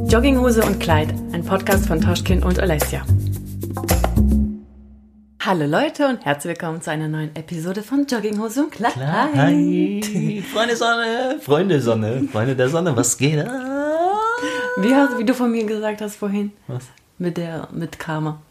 Jogginghose und Kleid, ein Podcast von Toschkin und Alessia. Hallo Leute und herzlich willkommen zu einer neuen Episode von Jogginghose und Kleid. Hi. Freunde der Sonne, was geht ab? Wie du von mir gesagt hast vorhin. Was? Mit Karma.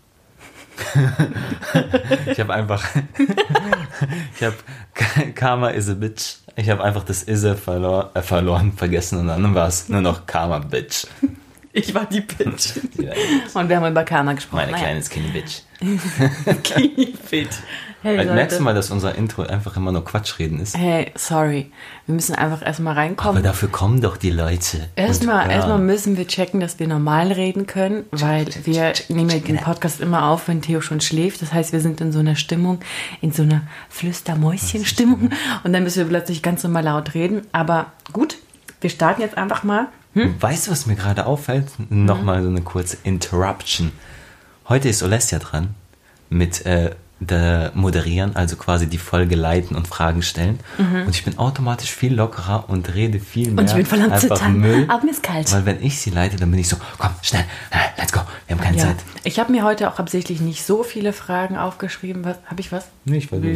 Karma is a bitch. Ich habe einfach das Ise verloren, vergessen und dann war es nur noch Karma Bitch. Ich war die Bitch. Und wir haben über Karma gesprochen. Meine kleine Skinny Bitch. Skinny Bitch. Hey, Leute. Merkst du mal, dass unser Intro einfach immer nur Quatschreden ist? Hey, sorry. Wir müssen einfach erstmal reinkommen. Aber dafür kommen doch die Leute. Erstmal müssen wir checken, dass wir normal reden können, weil wir nehmen den Podcast immer auf, wenn Theo schon schläft. Das heißt, wir sind in so einer Stimmung, in so einer Flüstermäuschen-Stimmung und dann müssen wir plötzlich ganz normal laut reden. Aber gut, wir starten jetzt einfach mal. Weißt du, was mir gerade auffällt? Nochmal so eine kurze Interruption. Heute ist Alessia dran mit der Moderieren, also quasi die Folge leiten und Fragen stellen. Und ich bin automatisch viel lockerer und rede viel mehr. Und ich bin voll am Zittern. Müll, aber mir ist kalt. Weil wenn ich sie leite, dann bin ich so, komm, schnell, let's go, wir haben keine Zeit. Ich habe mir heute auch absichtlich nicht so viele Fragen aufgeschrieben. Habe ich was? Nicht, weil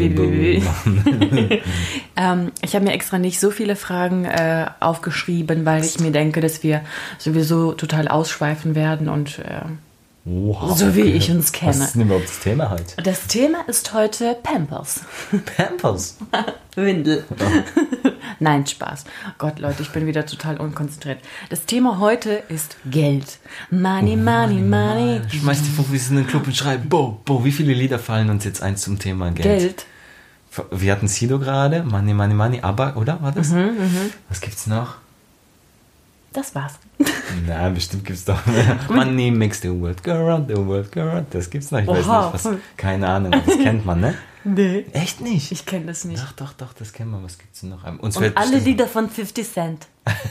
ich habe mir extra nicht so viele Fragen aufgeschrieben, weil ich mir denke, dass wir sowieso total ausschweifen werden und wow, so wie ich uns kenne. Was ist denn überhaupt das Thema heute? Das Thema ist heute Pampers. Pampers? Windel. Oh. Nein, Spaß. Gott, Leute, ich bin wieder total unkonzentriert. Das Thema heute ist Geld. Money, money, money. Schmeiß die Fufis in den Club und schrei, Bo, wie viele Lieder fallen uns jetzt ein zum Thema Geld? Wir hatten Sido gerade, Money, money, money, aber, oder? War das? Was gibt's noch? Das war's. Na, bestimmt gibt's doch mehr. Money makes the world go round, Das gibt's noch, ich weiß nicht, was. Keine Ahnung, das kennt man, ne? Nee. Echt nicht? Ich kenne das nicht. Doch, das kennen wir. Was gibt's denn noch? Und alle Lieder von 50 Cent.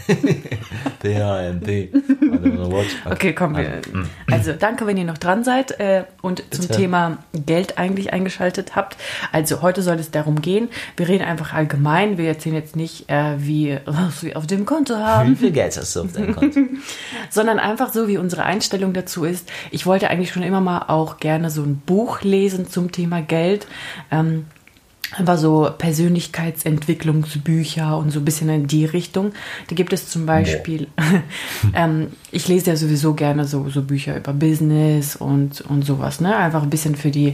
D. Okay, kommen wir. Also, danke, wenn ihr noch dran seid und zum Thema Geld eigentlich eingeschaltet habt. Also, heute soll es darum gehen, wir reden einfach allgemein. Wir erzählen jetzt nicht, was wir auf dem Konto haben. Wie viel Geld hast du auf deinem Konto? Sondern einfach so, wie unsere Einstellung dazu ist. Ich wollte eigentlich schon immer mal auch gerne so ein Buch lesen zum Thema Geld. Aber so Persönlichkeitsentwicklungsbücher und so ein bisschen in die Richtung. Da gibt es zum Beispiel, ich lese ja sowieso gerne so Bücher über Business und sowas, ne? Einfach ein bisschen für die,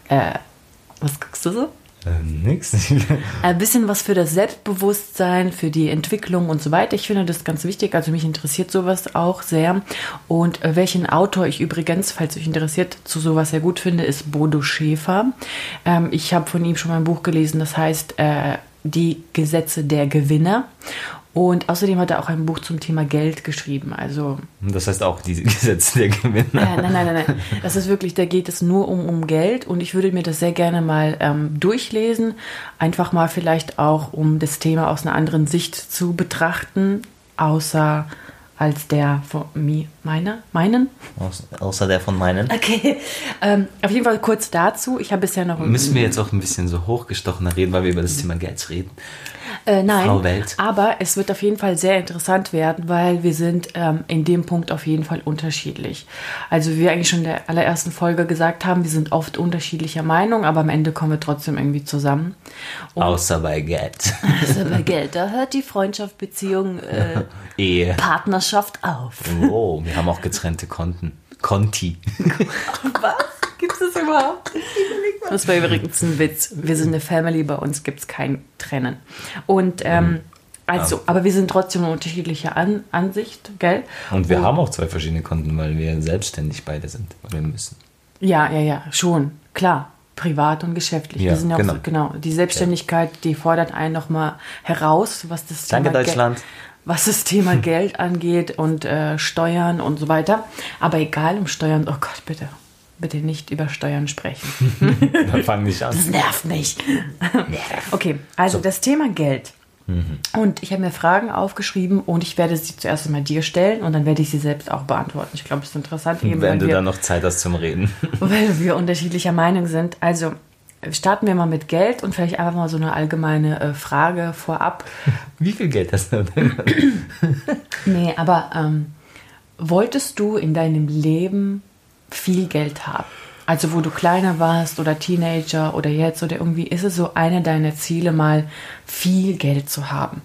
was guckst du so? Nix. Ein bisschen was für das Selbstbewusstsein, für die Entwicklung und so weiter. Ich finde das ganz wichtig, also mich interessiert sowas auch sehr. Und welchen Autor ich übrigens, falls euch interessiert, zu sowas sehr gut finde, ist Bodo Schäfer. Ich habe von ihm schon mal ein Buch gelesen, das heißt Die Gesetze der Gewinner. Und außerdem hat er auch ein Buch zum Thema Geld geschrieben. Also das heißt auch die Gesetze der Gewinner. Nein. Das ist wirklich, da geht es nur um Geld. Und ich würde mir das sehr gerne mal durchlesen. Einfach mal vielleicht auch, um das Thema aus einer anderen Sicht zu betrachten. Außer als der von meinen? Außer der von meinen. Okay. Auf jeden Fall kurz dazu. Ich habe bisher noch... Müssen wir jetzt auch ein bisschen so hochgestochener reden, weil wir über das Thema Geld reden? Nein, Frau Welt. Aber es wird auf jeden Fall sehr interessant werden, weil wir sind in dem Punkt auf jeden Fall unterschiedlich. Also wie wir eigentlich schon in der allerersten Folge gesagt haben, wir sind oft unterschiedlicher Meinung, aber am Ende kommen wir trotzdem irgendwie zusammen. Außer bei Geld. Außer bei Geld. Da hört die Freundschaft, Beziehung, Ehe, Partnerschaft auf. Oh, wir haben auch getrennte Konti. Was? Gibt es das überhaupt? Das war übrigens ein Witz. Wir sind eine Family, bei uns gibt es kein Trennen. Und aber wir sind trotzdem eine unterschiedliche Ansicht, gell? Und wir haben auch 2 verschiedene Konten, weil wir selbstständig beide sind. Wir müssen. Ja, schon. Klar. Privat und geschäftlich. Ja, wir sind ja genau. Die Selbstständigkeit, die fordert einen nochmal heraus, was das Danke, Thema Deutschland. Was das Thema Geld angeht und Steuern und so weiter. Aber egal, um Steuern, oh Gott, bitte nicht über Steuern sprechen. Dann fang nicht an. Das nervt mich. Okay, also das Thema Geld. Und ich habe mir Fragen aufgeschrieben und ich werde sie zuerst einmal dir stellen und dann werde ich sie selbst auch beantworten. Ich glaube, es ist interessant. Eben, wenn du dann noch Zeit hast zum Reden. Weil wir unterschiedlicher Meinung sind. Also starten wir mal mit Geld und vielleicht einfach mal so eine allgemeine Frage vorab. Wie viel Geld hast du denn? Nee, aber Wolltest du in deinem Leben viel Geld haben? Also wo du kleiner warst oder Teenager oder jetzt oder irgendwie, ist es so eine deiner Ziele, mal viel Geld zu haben?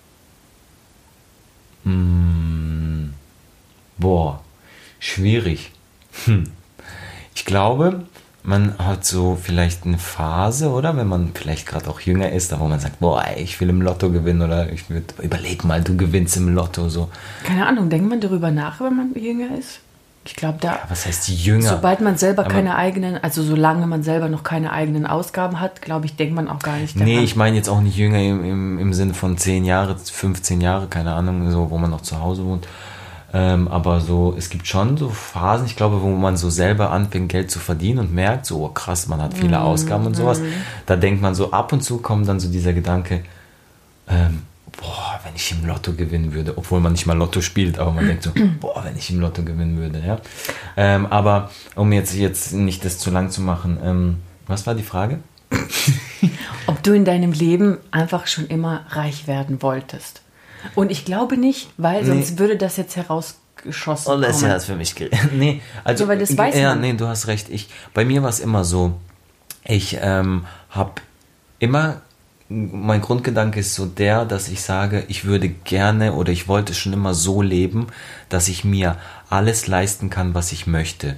Boah, schwierig. Ich glaube, man hat so vielleicht eine Phase, oder? Wenn man vielleicht gerade auch jünger ist, da wo man sagt, boah, ey, ich will im Lotto gewinnen oder überleg mal, du gewinnst im Lotto, so. Keine Ahnung, denkt man darüber nach, wenn man jünger ist? Ich glaube, da. Ja, was heißt jünger? Sobald man selber keine eigenen, also solange man selber noch keine eigenen Ausgaben hat, glaube ich, denkt man auch gar nicht daran. Nee, ich meine jetzt auch nicht jünger im Sinne von 10 Jahre, 15 Jahre, keine Ahnung, so, wo man noch zu Hause wohnt. Aber so, es gibt schon so Phasen, ich glaube, wo man so selber anfängt, Geld zu verdienen und merkt, so, oh, krass, man hat viele Ausgaben und sowas. Da denkt man so, ab und zu kommt dann so dieser Gedanke, boah, wenn ich im Lotto gewinnen würde, obwohl man nicht mal Lotto spielt, aber man denkt so, boah, wenn ich im Lotto gewinnen würde, ja. Aber um jetzt nicht das zu lang zu machen, was war die Frage? Ob du in deinem Leben einfach schon immer reich werden wolltest. Und ich glaube nicht, weil sonst würde das jetzt herausgeschossen kommen. Das ist für mich nee, also ja, weil das weiß man. Nee, du hast recht. Bei mir war es immer so, ich habe immer, mein Grundgedanke ist so der, dass ich sage, ich würde gerne oder ich wollte schon immer so leben, dass ich mir alles leisten kann, was ich möchte.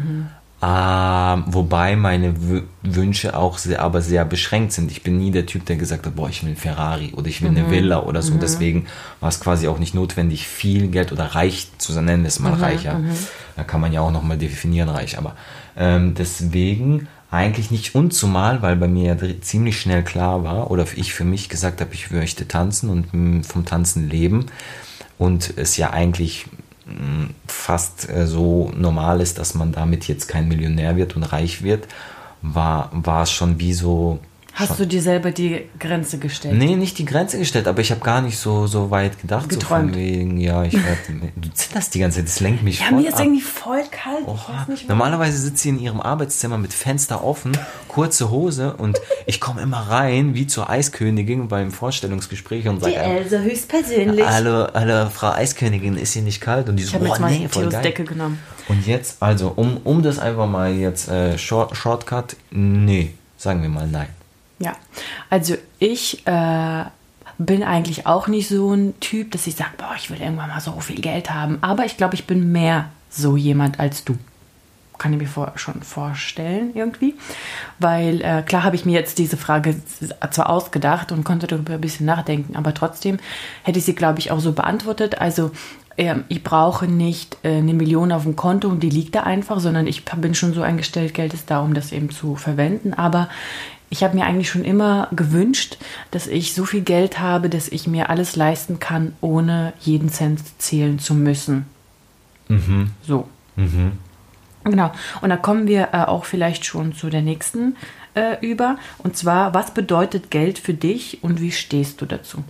Wobei meine Wünsche auch sehr beschränkt sind. Ich bin nie der Typ, der gesagt hat, boah, ich will einen Ferrari oder ich will eine Villa oder so. Deswegen war es quasi auch nicht notwendig, viel Geld oder reich zu nennen, ist mal reicher. Da kann man ja auch nochmal definieren, reich. Aber deswegen eigentlich nicht, und zumal, weil bei mir ja ziemlich schnell klar war oder ich für mich gesagt habe, ich möchte tanzen und vom Tanzen leben und es ja eigentlich fast so normal ist, dass man damit jetzt kein Millionär wird und reich wird, war es schon wie so... Hast du dir selber die Grenze gestellt? Nee, nicht die Grenze gestellt, aber ich habe gar nicht so weit gedacht. Geträumt. So von wegen, ja, du zitterst die ganze Zeit, das lenkt mich ja, voll mir ist ab. irgendwie voll kalt. Ich weiß nicht, normalerweise sitzt sie in ihrem Arbeitszimmer mit Fenster offen, kurze Hose und ich komme immer rein, wie zur Eiskönigin beim Vorstellungsgespräch und sage, die Else höchstpersönlich. Hallo, Frau Eiskönigin, ist hier nicht kalt? Und die so, ich habe jetzt mal voll geil. Decke genommen. Und jetzt, also, um das einfach mal jetzt Shortcut, nee, sagen wir mal nein. Ja, also ich bin eigentlich auch nicht so ein Typ, dass ich sage, boah, ich will irgendwann mal so viel Geld haben. Aber ich glaube, ich bin mehr so jemand als du. Kann ich mir schon vorstellen irgendwie. Weil klar habe ich mir jetzt diese Frage zwar ausgedacht und konnte darüber ein bisschen nachdenken, aber trotzdem hätte ich sie, glaube ich, auch so beantwortet. Also ich brauche nicht eine Million auf dem Konto und die liegt da einfach, sondern ich bin schon so eingestellt, Geld ist da, um das eben zu verwenden. Aber ich habe mir eigentlich schon immer gewünscht, dass ich so viel Geld habe, dass ich mir alles leisten kann, ohne jeden Cent zählen zu müssen. So. Genau. Und da kommen wir auch vielleicht schon zu der nächsten über. Und zwar, was bedeutet Geld für dich und wie stehst du dazu?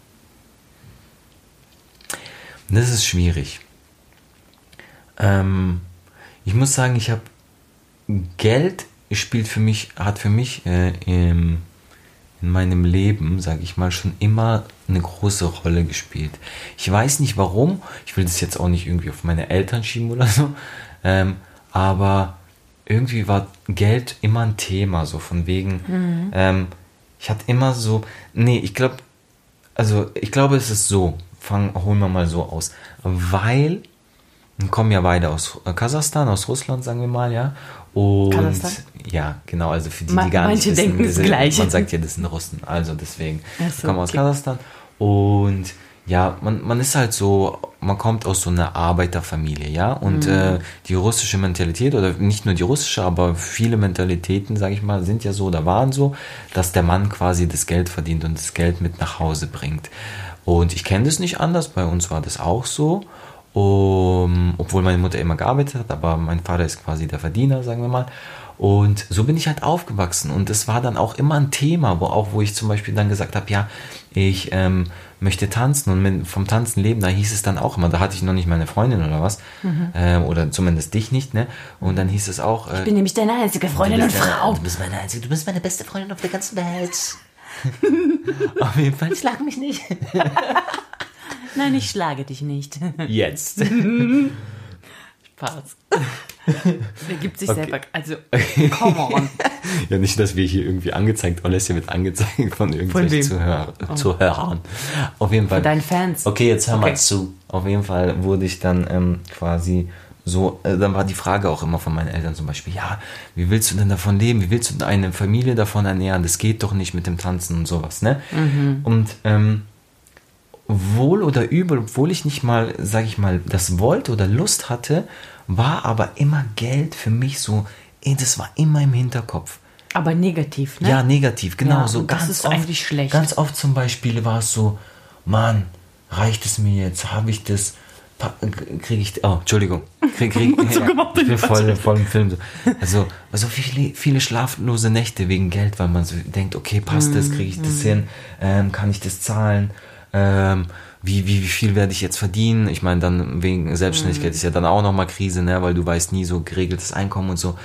Das ist schwierig. Ich muss sagen, ich habe Geld hat für mich in meinem Leben, sage ich mal, schon immer eine große Rolle gespielt. Ich weiß nicht warum, ich will das jetzt auch nicht irgendwie auf meine Eltern schieben oder so, aber irgendwie war Geld immer ein Thema, so von wegen, ich hatte immer so, ich glaube, es ist so, holen wir mal so aus, weil, wir kommen ja beide aus Kasachstan, aus Russland, sagen wir mal, ja, und Kasachstan? Ja, genau, also für die gar nicht wissen, denken das Gleiche. Man sagt ja, das sind Russen, also deswegen. So, wir kommen aus Kasachstan und ja, man ist halt so, man kommt aus so einer Arbeiterfamilie, ja, und die russische Mentalität, oder nicht nur die russische, aber viele Mentalitäten, sage ich mal, sind ja so oder waren so, dass der Mann quasi das Geld verdient und das Geld mit nach Hause bringt. Und ich kenne das nicht anders, bei uns war das auch so. Obwohl meine Mutter immer gearbeitet hat, aber mein Vater ist quasi der Verdiener, sagen wir mal. Und so bin ich halt aufgewachsen und das war dann auch immer ein Thema, wo ich zum Beispiel dann gesagt habe, ja, ich möchte tanzen und vom Tanzen leben, da hieß es dann auch immer, da hatte ich noch nicht meine Freundin oder was, oder zumindest dich nicht, ne? Und dann hieß es auch... ich bin nämlich deine einzige Freundin und Frau. Du bist meine beste Freundin auf der ganzen Welt. Auf jeden Fall, schlag mich nicht. Nein, ich schlage dich nicht. Jetzt. Spaß. Er gibt sich selber, also, come on. Ja, nicht, dass wir hier irgendwie angezeigt, Olesja wird angezeigt von irgendwelchen Zuhörern. Auf jeden Fall. Von deinen Fans. Okay, jetzt hör mal zu. Auf jeden Fall wurde ich dann quasi so, dann war die Frage auch immer von meinen Eltern zum Beispiel, ja, wie willst du denn davon leben? Wie willst du denn eine Familie davon ernähren? Das geht doch nicht mit dem Tanzen und sowas, ne? Und wohl oder übel, obwohl ich nicht mal, sag ich mal, das wollte oder Lust hatte, war aber immer Geld für mich so, das war immer im Hinterkopf. Aber negativ, ne? Ja, negativ, genau. Ja, so das ganz ist oft, eigentlich schlecht. Ganz oft zum Beispiel war es so, Mann, reicht es mir jetzt? Habe ich das? Kriege ich, oh, Entschuldigung. Ich bin voll im Film. Also viele schlaflose Nächte wegen Geld, weil man so denkt, okay, passt das, kriege ich das hin? Kann ich das zahlen? Wie viel werde ich jetzt verdienen? Ich meine, dann wegen Selbstständigkeit ist ja dann auch nochmal Krise, ne? Weil du weißt nie so geregeltes Einkommen und so.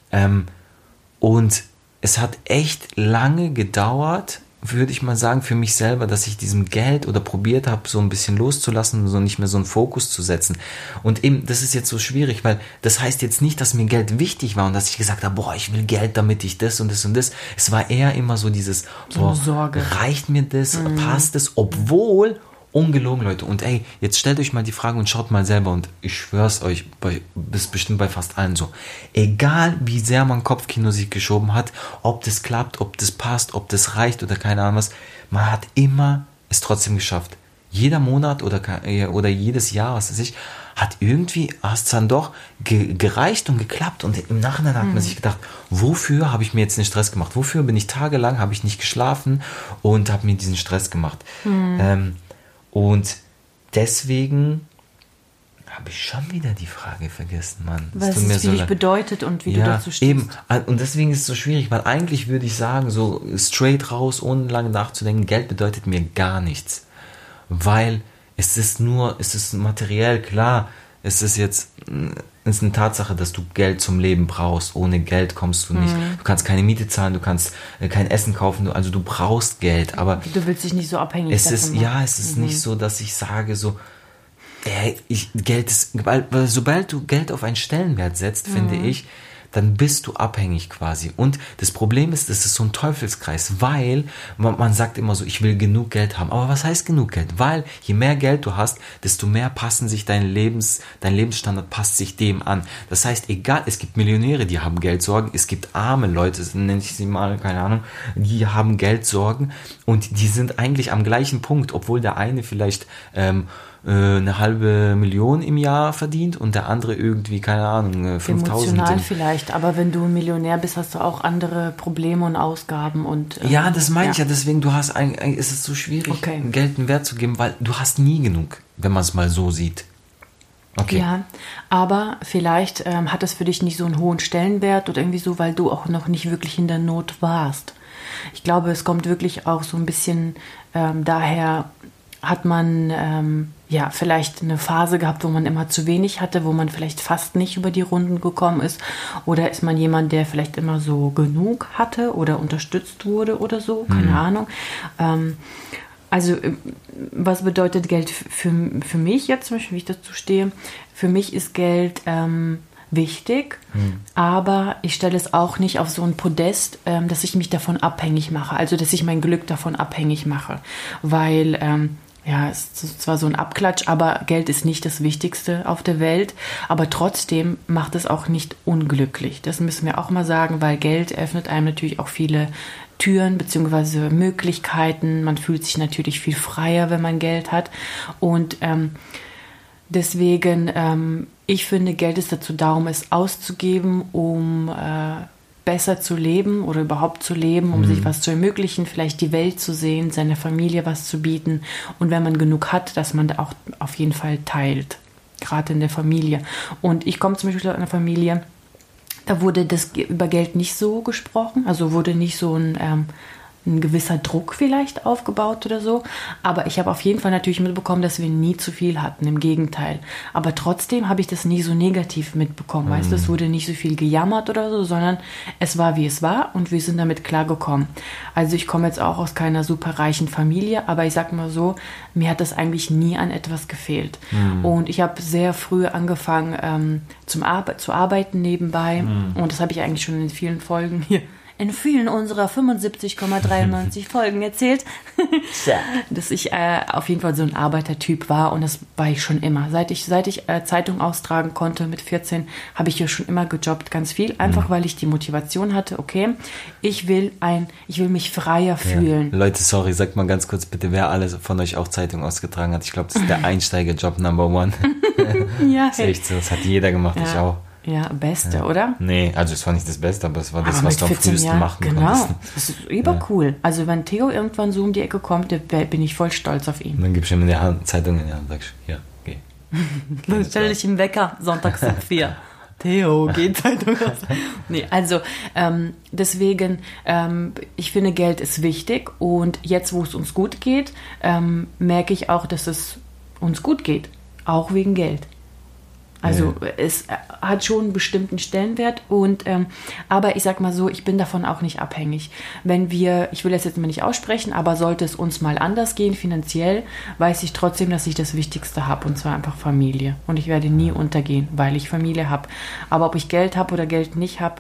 Und es hat echt lange gedauert, würde ich mal sagen, für mich selber, dass ich diesem Geld oder probiert habe, so ein bisschen loszulassen, so nicht mehr so einen Fokus zu setzen. Und eben, das ist jetzt so schwierig, weil das heißt jetzt nicht, dass mir Geld wichtig war und dass ich gesagt habe, boah, ich will Geld, damit ich das und das und das. Es war eher immer so dieses, boah, Sorge. Reicht mir das, passt das, obwohl, ungelogen, Leute. Und ey, jetzt stellt euch mal die Frage und schaut mal selber und ich schwör's euch, das ist bestimmt bei fast allen so. Egal, wie sehr man Kopfkino sich geschoben hat, ob das klappt, ob das passt, ob das reicht oder keine Ahnung was, man hat immer es trotzdem geschafft. Jeder Monat oder jedes Jahr, was weiß ich, hat es dann doch gereicht und geklappt. Und im Nachhinein hat man sich gedacht, wofür habe ich mir jetzt den Stress gemacht? Wofür bin ich tagelang, habe ich nicht geschlafen und habe mir diesen Stress gemacht? Und deswegen habe ich schon wieder die Frage vergessen, Mann. Was es für dich bedeutet und wie du dazu stehst. Eben. Und deswegen ist es so schwierig, weil eigentlich würde ich sagen, so straight raus, ohne lange nachzudenken, Geld bedeutet mir gar nichts. Weil es ist materiell, klar, es ist eine Tatsache, dass du Geld zum Leben brauchst. Ohne Geld kommst du nicht. Du kannst keine Miete zahlen, du kannst kein Essen kaufen, also du brauchst Geld. Aber du willst dich nicht so abhängig davon machen. Ja, es ist nicht so, dass ich sage so, Geld ist, weil sobald du Geld auf einen Stellenwert setzt, finde ich, dann bist du abhängig quasi. Und das Problem ist, es ist so ein Teufelskreis, weil man sagt immer so, ich will genug Geld haben. Aber was heißt genug Geld? Weil je mehr Geld du hast, desto mehr passen sich dein Lebensstandard passt sich dem an. Das heißt, egal, es gibt Millionäre, die haben Geldsorgen, es gibt arme Leute, nenne ich sie mal, keine Ahnung, die haben Geldsorgen und die sind eigentlich am gleichen Punkt, obwohl der eine vielleicht eine halbe Million im Jahr verdient und der andere irgendwie, keine Ahnung, 5.000. Emotional vielleicht, aber wenn du ein Millionär bist, hast du auch andere Probleme und Ausgaben und... ja, das meine ich ja, deswegen ist es so schwierig, Geld einen Wert zu geben, weil du hast nie genug, wenn man es mal so sieht. Okay. Ja, aber vielleicht hat das für dich nicht so einen hohen Stellenwert oder irgendwie so, weil du auch noch nicht wirklich in der Not warst. Ich glaube, es kommt wirklich auch so ein bisschen daher, hat man vielleicht eine Phase gehabt, wo man immer zu wenig hatte, wo man vielleicht fast nicht über die Runden gekommen ist, oder ist man jemand, der vielleicht immer so genug hatte oder unterstützt wurde oder so, keine Ahnung. Also was bedeutet Geld für mich jetzt, zum Beispiel, wie ich dazu stehe? Für mich ist Geld wichtig, aber ich stelle es auch nicht auf so ein Podest, dass ich mich davon abhängig mache, also dass ich mein Glück davon abhängig mache, weil es ist zwar so ein Abklatsch, aber Geld ist nicht das Wichtigste auf der Welt, aber trotzdem macht es auch nicht unglücklich. Das müssen wir auch mal sagen, weil Geld öffnet einem natürlich auch viele Türen bzw. Möglichkeiten. Man fühlt sich natürlich viel freier, wenn man Geld hat und deswegen, ich finde, Geld ist dazu da, um es auszugeben, um besser zu leben oder überhaupt zu leben, um sich was zu ermöglichen, vielleicht die Welt zu sehen, seiner Familie was zu bieten und wenn man genug hat, dass man da auch auf jeden Fall teilt, gerade in der Familie. Und ich komme zum Beispiel aus einer Familie, da wurde über Geld nicht so gesprochen, also wurde nicht so ein ein gewisser Druck vielleicht aufgebaut oder so. Aber ich habe auf jeden Fall natürlich mitbekommen, dass wir nie zu viel hatten, im Gegenteil. Aber trotzdem habe ich das nie so negativ mitbekommen. Weißt du, es wurde nicht so viel gejammert oder so, sondern es war, wie es war und wir sind damit klargekommen. Also ich komme jetzt auch aus keiner super reichen Familie, aber ich sag mal so, mir hat das eigentlich nie an etwas gefehlt. Und ich habe sehr früh angefangen zu arbeiten nebenbei und das habe ich eigentlich schon in vielen Folgen hier in vielen unserer 75,93 Folgen erzählt, dass ich auf jeden Fall so ein Arbeitertyp war und das war ich schon immer. Seit ich Zeitung austragen konnte mit 14, habe ich ja schon immer gejobbt, ganz viel, einfach weil ich die Motivation hatte, okay, ich will mich freier fühlen. Ja. Leute, sorry, sagt mal ganz kurz bitte, wer alles von euch auch Zeitung ausgetragen hat. Ich glaube, das ist der Einsteigerjob Number One. Ja, das ist echt so, das hat jeder gemacht, ich auch. Ja, Beste, oder? Nee, also es war nicht das Beste, aber es war das, was du am frühesten machen genau. konntest. Das ist übercool. Also wenn Theo irgendwann so um die Ecke kommt, bin ich voll stolz auf ihn. Und dann gibst du ihm in die Hand, Zeitung in die Hand und sagst, ja, geh. Dann stell dich im Wecker, sonntags um 4. Theo, geht Zeitung raus. Nee, also deswegen, ich finde, Geld ist wichtig und jetzt, wo es uns gut geht, merke ich auch, dass es uns gut geht. Auch wegen Geld. Also es hat schon einen bestimmten Stellenwert und aber ich sag mal so, ich bin davon auch nicht abhängig. Ich will das jetzt mal nicht aussprechen, aber sollte es uns mal anders gehen finanziell, weiß ich trotzdem, dass ich das Wichtigste habe und zwar einfach Familie. Und ich werde nie untergehen, weil ich Familie habe. Aber ob ich Geld habe oder Geld nicht habe,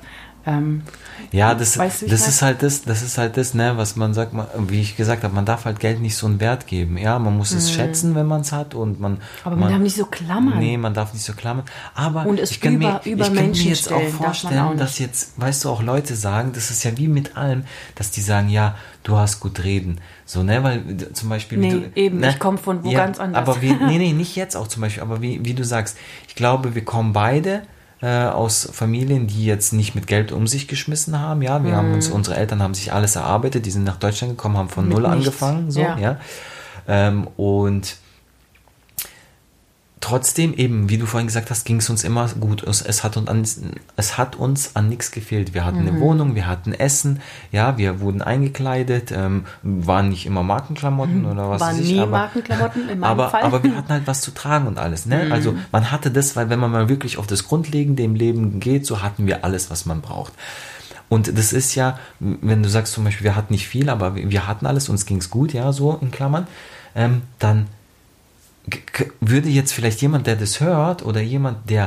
ja, das ist halt das, ne, was man sagt, wie ich gesagt habe, man darf halt Geld nicht so einen Wert geben. Ja, man muss es schätzen, wenn man es hat und aber man darf nicht so klammern. Nee, man darf nicht so klammern. Aber und ich kann mir jetzt auch vorstellen, auch dass jetzt, weißt du, auch Leute sagen, das ist ja wie mit allem, dass die sagen, ja, du hast gut reden. So, ne, weil zum Beispiel... ich komme von wo ganz anders. Aber nicht jetzt auch zum Beispiel, aber wie du sagst, ich glaube, wir kommen beide aus Familien, die jetzt nicht mit Geld um sich geschmissen haben, ja, unsere Eltern haben sich alles erarbeitet, die sind nach Deutschland gekommen, haben von null angefangen, so, ja. Und trotzdem eben, wie du vorhin gesagt hast, ging es uns immer gut. Es hat uns an nichts gefehlt. Wir hatten eine Wohnung, wir hatten Essen, ja, wir wurden eingekleidet, waren nicht immer Markenklamotten oder was weiß ich. Waren nie Markenklamotten in meinem Fall. Aber wir hatten halt was zu tragen und alles, ne? Also man hatte das, weil wenn man mal wirklich auf das Grundlegende im Leben geht, so hatten wir alles, was man braucht. Und das ist ja, wenn du sagst zum Beispiel, wir hatten nicht viel, aber wir hatten alles, uns ging es gut, ja, so in Klammern, dann würde jetzt vielleicht jemand, der das hört, oder jemand, der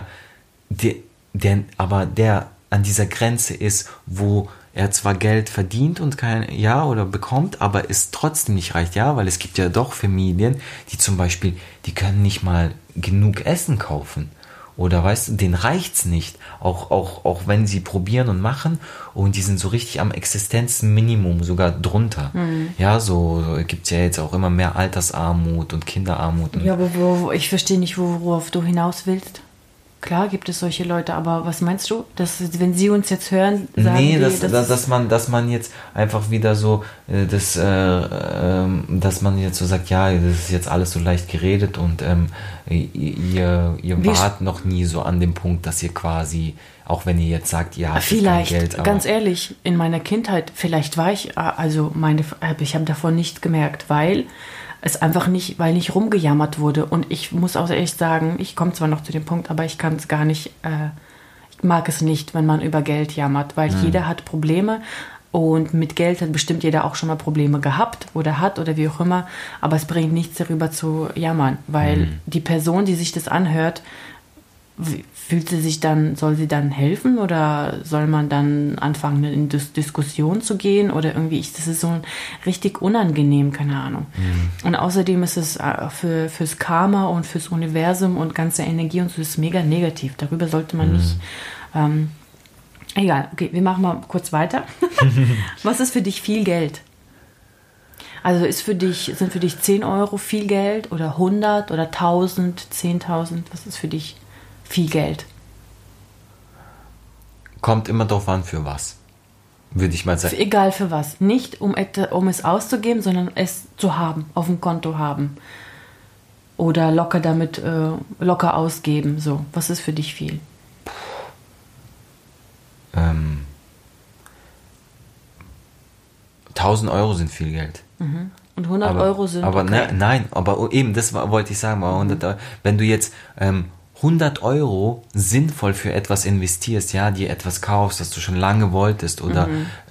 an dieser Grenze ist, wo er zwar Geld verdient und oder bekommt, aber es trotzdem nicht reicht, ja, weil es gibt ja doch Familien, die zum Beispiel, die können nicht mal genug Essen kaufen. Oder weißt du, denen reicht's nicht. Auch wenn sie probieren und machen und die sind so richtig am Existenzminimum, sogar drunter. Ja, so gibt's ja jetzt auch immer mehr Altersarmut und Kinderarmut. Ja, aber ich verstehe nicht, worauf du hinaus willst. Klar gibt es solche Leute, aber was meinst du, dass wenn sie uns jetzt hören, sagen dass man jetzt einfach wieder so dass man jetzt so sagt, ja, das ist jetzt alles so leicht geredet und ihr wart noch nie so an dem Punkt, dass ihr quasi, auch wenn ihr jetzt sagt, ihr habt vielleicht kein Geld, aber ganz ehrlich, in meiner Kindheit, vielleicht war ich, ich habe davon nicht gemerkt, weil nicht rumgejammert wurde. Und ich muss auch echt sagen, ich komme zwar noch zu dem Punkt, aber ich kann es gar nicht, ich mag es nicht, wenn man über Geld jammert, weil jeder hat Probleme und mit Geld hat bestimmt jeder auch schon mal Probleme gehabt oder hat oder wie auch immer, aber es bringt nichts, darüber zu jammern, weil die Person, die sich das anhört, soll sie dann helfen oder soll man dann anfangen, in Diskussion zu gehen oder irgendwie, das ist so richtig unangenehm, keine Ahnung. Und außerdem ist es fürs Karma und fürs Universum und ganze Energie und so ist mega negativ. Darüber sollte man nicht, egal, okay, wir machen mal kurz weiter. Was ist für dich viel Geld? Also sind für dich 10 Euro viel Geld oder 100 oder 1000, 10.000? Was ist für dich viel Geld? Kommt immer drauf an, für was. Würde ich mal sagen. Egal für was. Nicht um es auszugeben, sondern es zu haben, auf dem Konto haben. Oder locker ausgeben. So. Was ist für dich viel? 1.000 1.000 € sind viel Geld. Und 100 Euro sind aber okay. Nein, aber eben, wollte ich sagen, aber 100 €, wenn du jetzt 100 € sinnvoll für etwas investierst, ja, dir etwas kaufst, das du schon lange wolltest oder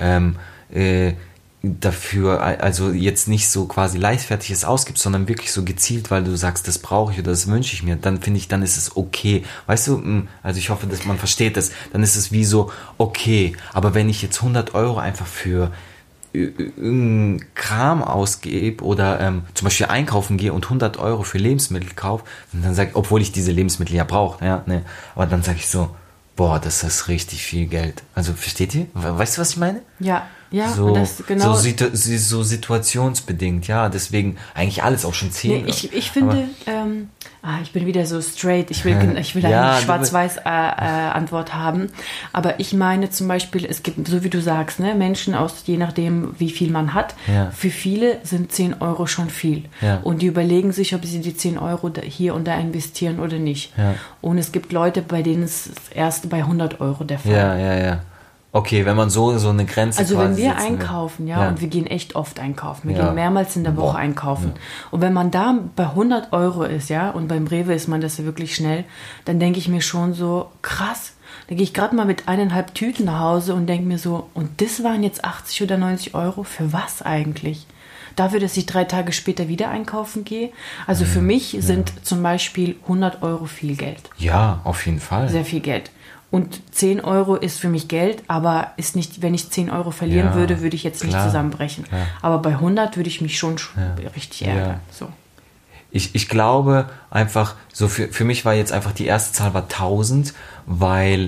dafür, also jetzt nicht so quasi leichtfertig es ausgibst, sondern wirklich so gezielt, weil du sagst, das brauche ich oder das wünsche ich mir, dann finde ich, dann ist es okay. Weißt du, also ich hoffe, dass man versteht das, dann ist es wie so, okay, aber wenn ich jetzt 100 € einfach für irgendeinen Kram ausgebe oder zum Beispiel einkaufen gehe und 100 € für Lebensmittel kaufe, dann sage ich, obwohl ich diese Lebensmittel ja brauche, ja, ne, aber dann sage ich so, boah, das ist richtig viel Geld. Also, versteht ihr? Weißt du, was ich meine? Ja, so, und das genau. so situationsbedingt, ja, deswegen eigentlich alles auch schon 10. Nee, ich finde, ich bin wieder so straight, ich will Ja, eine schwarz-weiß Antwort haben, aber ich meine zum Beispiel, es gibt, so wie du sagst, ne, Menschen je nachdem, wie viel man hat, für viele sind 10 € schon viel und die überlegen sich, ob sie die 10 € hier und da investieren oder nicht. Und es gibt Leute, bei denen es erst bei 100 € der Fall. Ja. Okay, wenn man so eine Grenze also quasi wenn wir setzen will. einkaufen, und wir gehen echt oft einkaufen, wir gehen mehrmals in der Woche einkaufen. Und wenn man da bei 100 € ist, und beim Rewe ist man das ja wirklich schnell, dann denke ich mir schon so, krass, da gehe ich gerade mal mit 1,5 Tüten nach Hause und denke mir so, und das waren jetzt 80 oder 90 €, für was eigentlich? Dafür, dass ich 3 Tage später wieder einkaufen gehe? Also für mich sind zum Beispiel 100 € viel Geld. Ja, auf jeden Fall. Sehr viel Geld. Und 10 € ist für mich Geld, aber ist nicht, wenn ich 10 € verlieren würde, würde ich jetzt nicht zusammenbrechen. Ja. Aber bei 100 würde ich mich schon richtig ärgern. So. Ich glaube einfach, so für mich war jetzt einfach die erste Zahl war 1.000, weil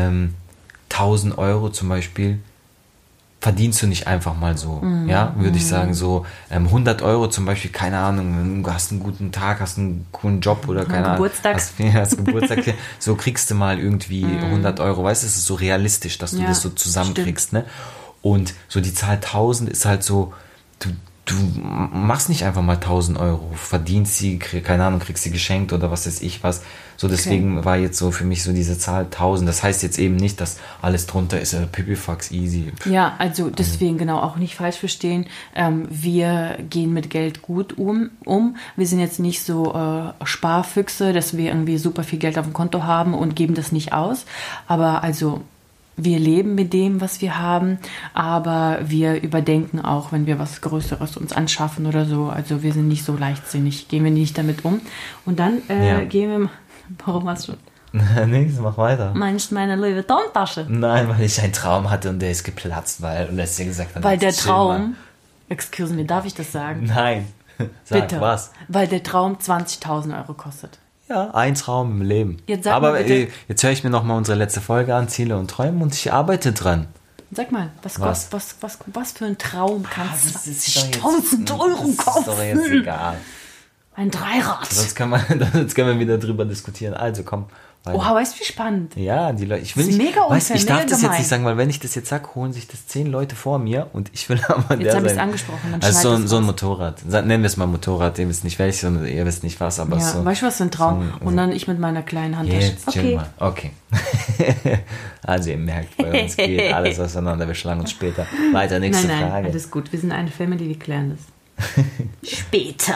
1.000 € zum Beispiel verdienst du nicht einfach mal so, würde ich sagen, so 100 € zum Beispiel, keine Ahnung, du hast einen guten Tag, hast einen coolen Job oder keine Ahnung, hast Geburtstag, so kriegst du mal irgendwie 100 €, weißt du, es ist so realistisch, dass du das so zusammenkriegst, ne? Und so die Zahl 1.000 ist halt so, du machst nicht einfach mal 1.000 €, verdienst sie, keine Ahnung, kriegst sie geschenkt oder was weiß ich was. So deswegen war jetzt so für mich so diese Zahl 1.000. Das heißt jetzt eben nicht, dass alles drunter ist, pipifax easy. Ja, also deswegen genau auch nicht falsch verstehen. Wir gehen mit Geld gut um. Wir sind jetzt nicht so Sparfüchse, dass wir irgendwie super viel Geld auf dem Konto haben und geben das nicht aus. Aber also wir leben mit dem, was wir haben, aber wir überdenken auch, wenn wir was Größeres uns anschaffen oder so. Also wir sind nicht so leichtsinnig, gehen wir nicht damit um. Und dann gehen wir... Warum hast du... Nix, mach weiter. Meinst du meine Louis Vuitton-Tasche? Nein, weil ich einen Traum hatte und der ist geplatzt, weil Leslie gesagt hat... Weil der Traum... Excuse me, darf ich das sagen? Nein. Sag, bitte. Was? Weil der Traum 20.000 € kostet. Ja, ein Traum im Leben. Jetzt sag mal bitte. Jetzt höre ich mir nochmal unsere letzte Folge an, Ziele und Träume, und ich arbeite dran. Sag mal, was für ein Traum kannst 20.000 € kosten? Das ist doch jetzt egal. Ein Dreirad. Sonst können wir wieder drüber diskutieren. Also komm. Oha, weißt du, wie spannend. Ja, die Leute. Ich will das ist nicht, mega unfair, ich darf mega das gemein. jetzt nicht sagen, weil wenn ich das jetzt sage, holen sich das 10 Leute vor mir und ich will aber jetzt habe ich es angesprochen. Dann also so ein Motorrad. Nennen wir es mal Motorrad. Ihr wisst nicht welches und ihr wisst nicht was, aber so. Weißt du, was für ein Traum? Und dann ich mit meiner kleinen Handtasche. Jetzt, okay. Mal. Okay. Also ihr merkt, bei uns geht alles auseinander. Wir schlagen uns später weiter. Nächste Frage. Alles gut. Wir sind eine Family, wir klären das. Später.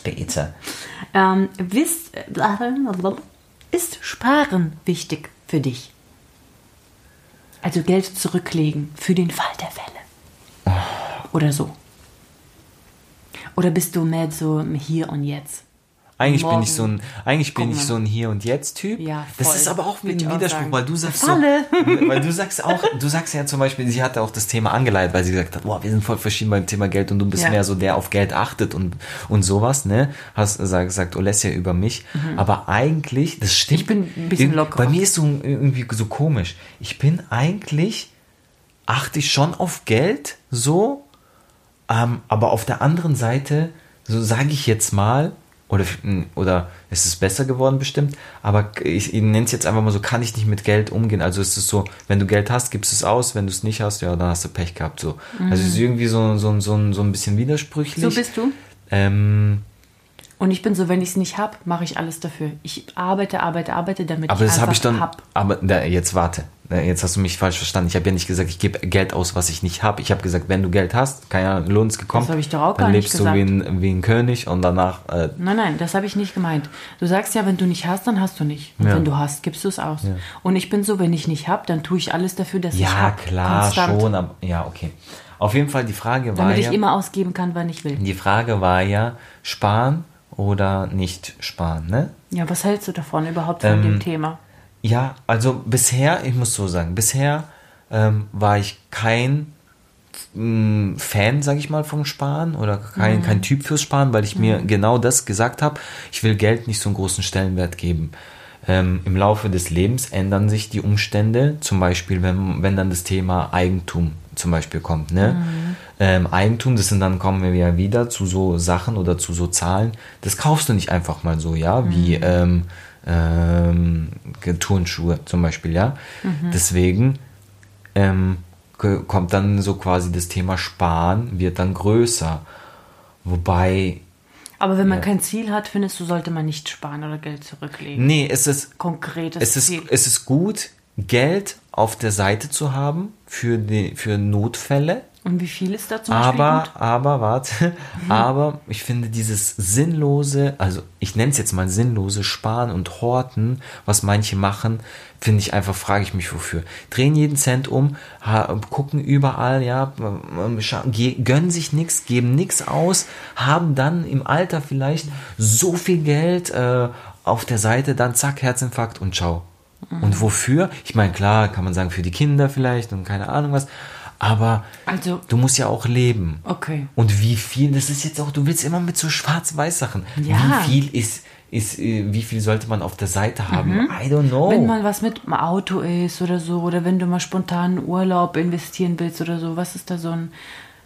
Ist Sparen wichtig für dich? Also Geld zurücklegen für den Fall der Fälle. Oder so. Oder bist du mehr so im Hier und Jetzt? Eigentlich bin ich so ein Hier und Jetzt Typ. Ja, das ist aber auch ein Widerspruch, weil du sagst du sagst ja zum Beispiel, sie hatte auch das Thema angeleitet, weil sie gesagt hat, boah, wir sind voll verschieden beim Thema Geld und du bist mehr so der auf Geld achtet und sowas, ne? Sagt Olesja über mich. Aber eigentlich, das stimmt. Ich bin ein bisschen locker. Bei mir ist so irgendwie so komisch. Achte ich schon auf Geld, so, aber auf der anderen Seite, so sage ich jetzt mal, oder es ist besser geworden bestimmt, aber ich nenne es jetzt einfach mal so, kann ich nicht mit Geld umgehen. Also es ist so, wenn du Geld hast, gibst es aus, wenn du es nicht hast, ja, dann hast du Pech gehabt. So. Also es ist irgendwie so ein bisschen widersprüchlich. So bist du? Und ich bin so, wenn ich es nicht habe, mache ich alles dafür. Ich arbeite, damit Aber ich das habe ich einfach dann. hab. Aber jetzt warte. Jetzt hast du mich falsch verstanden. Ich habe ja nicht gesagt, ich gebe Geld aus, was ich nicht habe. Ich habe gesagt, wenn du Geld hast, keine Ahnung, Lohn ist gekommen, Das habe ich doch auch dann gar nicht lebst du gesagt. wie ein König und danach. Nein, das habe ich nicht gemeint. Du sagst ja, wenn du nicht hast, dann hast du nicht. Und Ja. wenn du hast, gibst du es aus. Und ich bin so, wenn ich nicht habe, dann tue ich alles dafür, dass ich Ja, habe. klar, Konstant. schon. Aber, ja, okay. Auf jeden Fall, die Frage war Damit ich ja. immer ausgeben kann, wann ich will. Die Frage war ja, sparen oder nicht sparen, ne? Ja, was hältst du davon überhaupt von dem Thema? Ja, also bisher, ich muss so sagen, bisher war ich kein Fan, sag ich mal, vom Sparen oder kein Typ fürs Sparen, weil ich mir genau das gesagt habe, ich will Geld nicht so einen großen Stellenwert geben. Im Laufe des Lebens ändern sich die Umstände, zum Beispiel, wenn dann das Thema Eigentum zum Beispiel kommt, ne? Eigentum, das sind dann, kommen wir ja wieder zu so Sachen oder zu so Zahlen, das kaufst du nicht einfach mal so, ja, wie Turnschuhe zum Beispiel, ja. Deswegen kommt dann so quasi das Thema Sparen, wird dann größer. Wobei, Aber wenn man kein Ziel hat, findest du, sollte man nicht sparen oder Geld zurücklegen? nee, es Konkretes Ziel. ist gut, Geld auf der Seite zu haben für Notfälle. Und wie viel ist da zum Beispiel gut? Aber ich finde dieses sinnlose, also ich nenne es jetzt mal sinnlose Sparen und Horten, was manche machen, finde ich einfach, frage ich mich wofür. Drehen jeden Cent um, gucken überall, ja, gönnen sich nichts, geben nichts aus, haben dann im Alter vielleicht so viel Geld auf der Seite, dann zack, Herzinfarkt und ciao. Und wofür? Ich meine, klar, kann man sagen, für die Kinder vielleicht und keine Ahnung was, aber Also, du musst ja auch leben. okay. Und wie viel, das ist jetzt auch, du willst immer mit so Schwarz-Weiß-Sachen. Ja. Wie viel sollte man auf der Seite haben? I don't know. Wenn mal was mit dem Auto ist oder so, oder wenn du mal spontan Urlaub investieren willst oder so, was ist da so ein...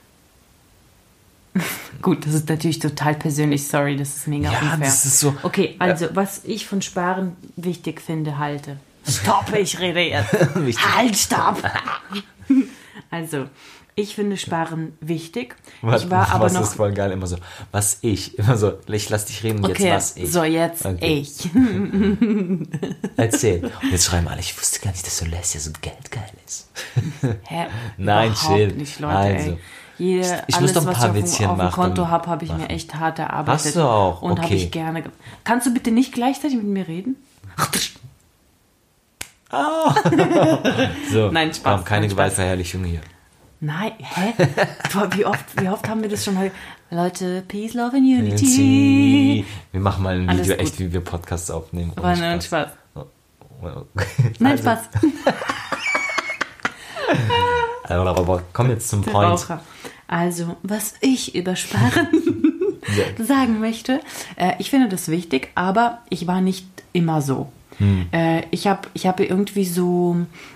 Gut, das ist natürlich total persönlich, sorry, das ist mega Ja, unfair. das ist so- Okay, also, was ich von Sparen wichtig finde, halte. Stopp, ich rede jetzt. Wichtig. Halt, stopp! Also, ich finde Sparen wichtig. Was, Ich war aber was noch... ist voll geil, immer so, immer so, ich lass dich reden und Okay, jetzt was ich. so jetzt Okay. ich. Erzähl. Und jetzt schreiben alle, ich wusste gar nicht, dass Celestia so geldgeil ist. Hä? Nein, Überhaupt chill. nicht, Leute, Also, ey. Ich muss Alles, doch ein was paar ich Witzchen auf dem machen. Konto habe, habe ich mir echt hart erarbeitet. Hast du auch? Und habe Okay. ich gerne... Kannst du bitte nicht gleichzeitig mit mir reden? So, Nein, Spaß, komm, keine nein, Spaß. Gewaltverherrlichung hier. Nein, hä? Boah, wie oft haben wir das schon heute? Leute, Peace, Love and Unity. Wir machen mal ein Alles Video, gut. echt, wie wir Podcasts aufnehmen. Aber nein, Spaß. Also, Nein, Spaß. Komm jetzt zum Der Point. Raucher. Also, was ich über Sparen sagen möchte, ich finde das wichtig, aber ich war nicht immer so. Ich hab irgendwie so...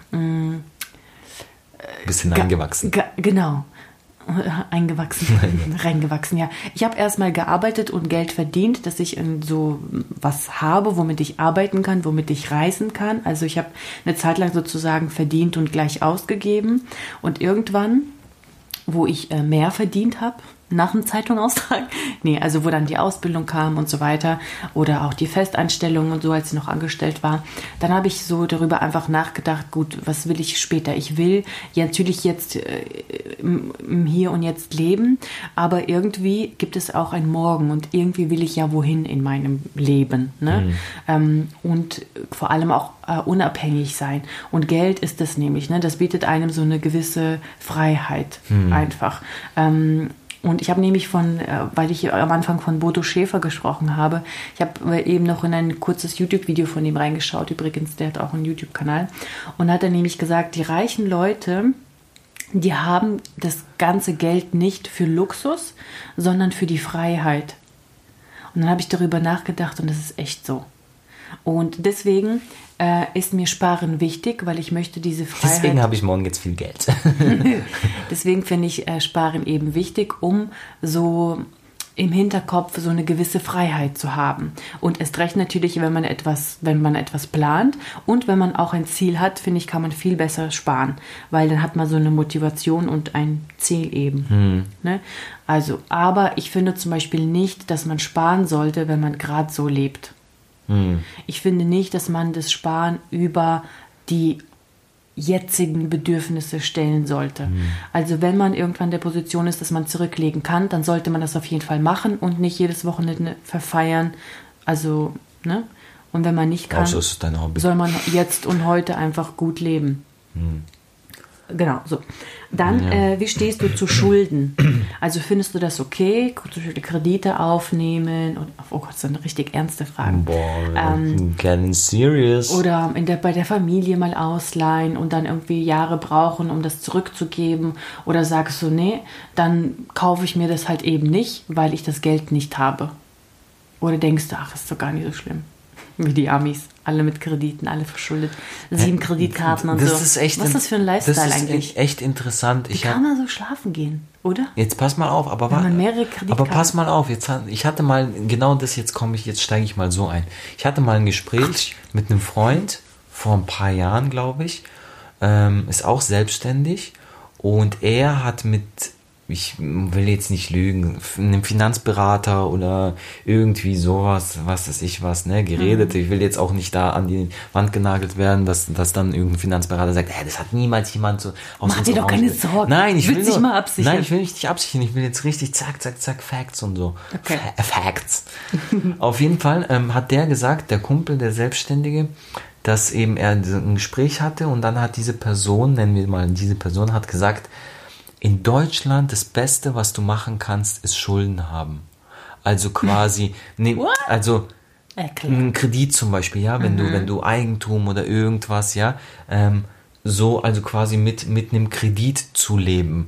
Bisschen eingewachsen. Genau. Reingewachsen, ja. Ich habe erstmal gearbeitet und Geld verdient, dass ich so was habe, womit ich arbeiten kann, womit ich reisen kann. Also ich habe eine Zeit lang sozusagen verdient und gleich ausgegeben. Und irgendwann, wo ich mehr verdient habe, nach dem Zeitungaustrag, also wo dann die Ausbildung kam und so weiter oder auch die Festeinstellung und so, als ich noch angestellt war, dann habe ich so darüber einfach nachgedacht, gut, was will ich später? Ich will ja natürlich jetzt im Hier und Jetzt leben, aber irgendwie gibt es auch ein Morgen und irgendwie will ich ja wohin in meinem Leben, ne? Und vor allem auch unabhängig sein. Und Geld ist das nämlich, ne? Das bietet einem so eine gewisse Freiheit einfach. Und ich habe nämlich weil ich am Anfang von Bodo Schäfer gesprochen habe, ich habe eben noch in ein kurzes YouTube-Video von ihm reingeschaut, übrigens, der hat auch einen YouTube-Kanal, und hat dann nämlich gesagt, die reichen Leute, die haben das ganze Geld nicht für Luxus, sondern für die Freiheit. Und dann habe ich darüber nachgedacht und das ist echt so. Und deswegen ist mir Sparen wichtig, weil ich möchte diese Freiheit... Deswegen habe ich morgen jetzt viel Geld. Deswegen finde ich Sparen eben wichtig, um so im Hinterkopf so eine gewisse Freiheit zu haben. Und erst recht natürlich, wenn man etwas plant und wenn man auch ein Ziel hat, finde ich, kann man viel besser sparen, weil dann hat man so eine Motivation und ein Ziel eben. Ne? Also, aber ich finde zum Beispiel nicht, dass man sparen sollte, wenn man gerade so lebt. Ich finde nicht, dass man das Sparen über die jetzigen Bedürfnisse stellen sollte. Also wenn man irgendwann in der Position ist, dass man zurücklegen kann, dann sollte man das auf jeden Fall machen und nicht jedes Wochenende verfeiern. Also, ne? Und wenn man nicht kann, soll man jetzt und heute einfach gut leben. Genau, so. Dann, wie stehst du zu Schulden? Also findest du das okay? Kredite aufnehmen? Und, oh Gott, das ist eine richtig ernste Frage. Boah, getting serious. Oder bei der Familie mal ausleihen und dann irgendwie Jahre brauchen, um das zurückzugeben. Oder sagst du, nee, dann kaufe ich mir das halt eben nicht, weil ich das Geld nicht habe. Oder denkst du, ach, ist doch gar nicht so schlimm. Wie die Amis, alle mit Krediten, alle verschuldet, 7 Kreditkarten und das so. Ist echt was ist das für ein Lifestyle eigentlich? Das ist echt interessant. Wie kann man so schlafen gehen, oder? Jetzt pass mal auf, aber pass mal auf. Ich hatte mal, genau das, jetzt steige ich mal so ein. Ich hatte mal ein Gespräch mit einem Freund vor ein paar Jahren, glaube ich, ist auch selbstständig und er hat ich will jetzt nicht lügen, einem Finanzberater oder irgendwie sowas, was weiß ich was, ne, geredet. Ich will jetzt auch nicht da an die Wand genagelt werden, dass dann irgendein Finanzberater sagt, das hat niemals jemand so aus Mach dir doch keine Sorgen. Nein, ich will nicht mal absichern. Nein, ich will nicht absichern. Ich will jetzt richtig zack, zack, zack, Facts und so. Okay. Facts. Auf jeden Fall hat der gesagt, der Kumpel, der Selbstständige, dass eben er ein Gespräch hatte und dann hat diese Person, nennen wir mal diese Person, hat gesagt, in Deutschland das Beste, was du machen kannst, ist Schulden haben. Also quasi, also ein Kredit zum Beispiel, ja, wenn du Eigentum oder irgendwas, ja, also quasi mit einem Kredit zu leben.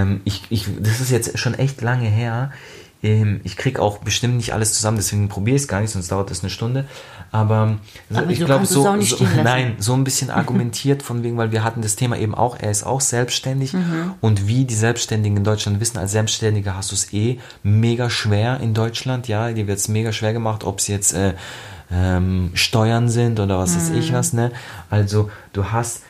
Das ist jetzt schon echt lange her. Ich kriege auch bestimmt nicht alles zusammen, deswegen probiere ich es gar nicht, sonst dauert es eine Stunde. Aber ich glaube, so ein bisschen argumentiert von wegen, weil wir hatten das Thema eben auch, er ist auch selbstständig und wie die Selbstständigen in Deutschland wissen, als Selbstständiger hast du es mega schwer in Deutschland, ja, dir wird es mega schwer gemacht, ob es jetzt Steuern sind oder was weiß ich was, ne? Also du hast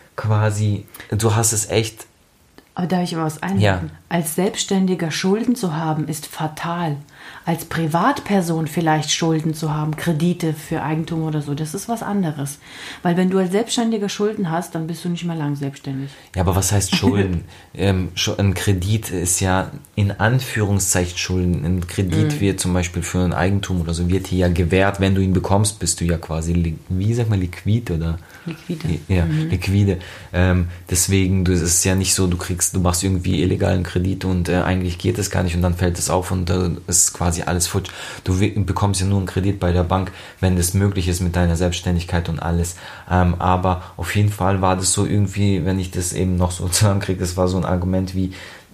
es echt. Aber darf ich mal was einwerfen? Ja. Als Selbstständiger Schulden zu haben, ist fatal. Als Privatperson vielleicht Schulden zu haben, Kredite für Eigentum oder so, das ist was anderes. Weil wenn du als Selbstständiger Schulden hast, dann bist du nicht mehr lang selbstständig. Ja, aber was heißt Schulden? Ein Kredit ist ja in Anführungszeichen Schulden. Ein Kredit wird zum Beispiel für ein Eigentum oder so, wird hier ja gewährt. Wenn du ihn bekommst, bist du ja quasi, wie sagt man, liquid oder? Liquide. Ja, liquide. Deswegen, es ist ja nicht so, du machst irgendwie illegalen Kredit und eigentlich geht es gar nicht und dann fällt es auf und ist quasi alles futsch. Du bekommst ja nur einen Kredit bei der Bank, wenn das möglich ist mit deiner Selbstständigkeit und alles. Aber auf jeden Fall war das so irgendwie, wenn ich das eben noch so zusammenkriege, das war so ein Argument wie,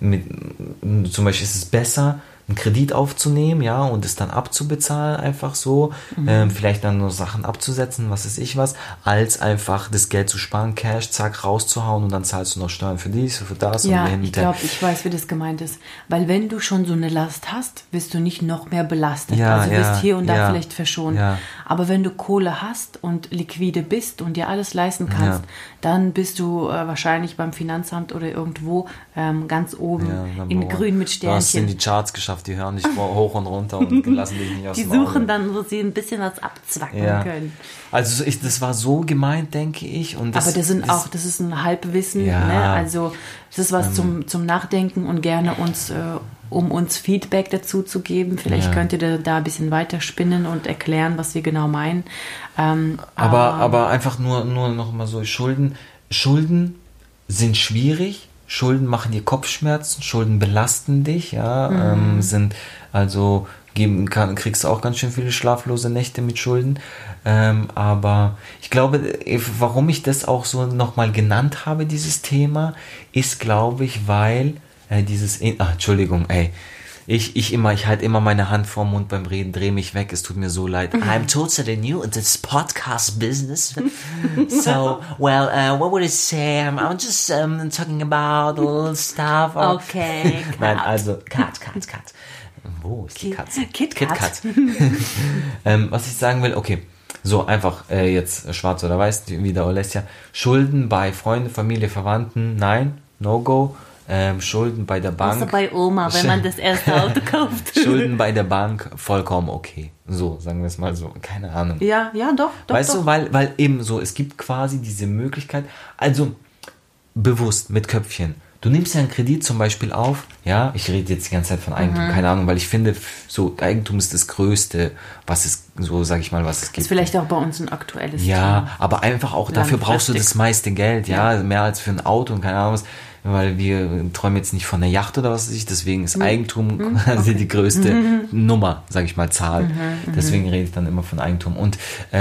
zum Beispiel ist es besser, einen Kredit aufzunehmen, ja, und es dann abzubezahlen, einfach so, vielleicht dann nur Sachen abzusetzen, was weiß ich was, als einfach das Geld zu sparen, Cash, zack, rauszuhauen und dann zahlst du noch Steuern für dies, für das ja, und ich glaube, ich weiß, wie das gemeint ist. Weil wenn du schon so eine Last hast, wirst du nicht noch mehr belastet. Ja, also wirst hier und da vielleicht verschont. Ja. Aber wenn du Kohle hast und liquide bist und dir alles leisten kannst, dann bist du wahrscheinlich beim Finanzamt oder irgendwo ganz oben in grün mit Sternchen. Du hast in die Charts geschafft, die hören dich hoch und runter und lassen dich nicht aus dem Auge. Die suchen dann, wo sie ein bisschen was abzwacken können. Also das war so gemeint, denke ich. Und aber das ist ein Halbwissen. Ja. Ne? Also das ist was zum Nachdenken und gerne um uns Feedback dazu zu geben. Vielleicht könnt ihr da ein bisschen weiter spinnen und erklären, was wir genau meinen. Aber einfach nur noch mal so, Schulden sind schwierig. Schulden machen dir Kopfschmerzen, Schulden belasten dich, ja, kriegst du auch ganz schön viele schlaflose Nächte mit Schulden, aber ich glaube, warum ich das auch so nochmal genannt habe, dieses Thema, ist, glaube ich, weil Entschuldigung, ich halte immer meine Hand vorm Mund beim Reden, drehe mich weg, es tut mir so leid. I'm totally new in this podcast business. So, what would I say? I'm just talking about all stuff. Okay, Nein, also, cut. Wo ist die Katze? KitKat. Was ich sagen will, okay, so einfach jetzt schwarz oder weiß, wie der Olesja. Schulden bei Freunden, Familie, Verwandten, nein, No-Go. Schulden bei der Bank. Außer bei Oma, wenn man das erste Auto kauft. Schulden bei der Bank, vollkommen okay. So, sagen wir es mal so, keine Ahnung. Ja, doch. Weißt doch. du, weil eben so, es gibt quasi diese Möglichkeit, also bewusst mit Köpfchen. Du nimmst ja einen Kredit zum Beispiel auf, ja, ich rede jetzt die ganze Zeit von Eigentum, keine Ahnung, weil ich finde, so Eigentum ist das Größte, was es, so sage ich mal, was es gibt. Ist vielleicht auch bei uns ein aktuelles Thema. Ja, aber einfach auch dafür brauchst du Langfristig. das meiste Geld, ja, mehr als für ein Auto und keine Ahnung was, weil wir träumen jetzt nicht von einer Yacht oder was weiß ich, deswegen ist Eigentum quasi die größte Nummer, sage ich mal, Zahl. Deswegen rede ich dann immer von Eigentum. Und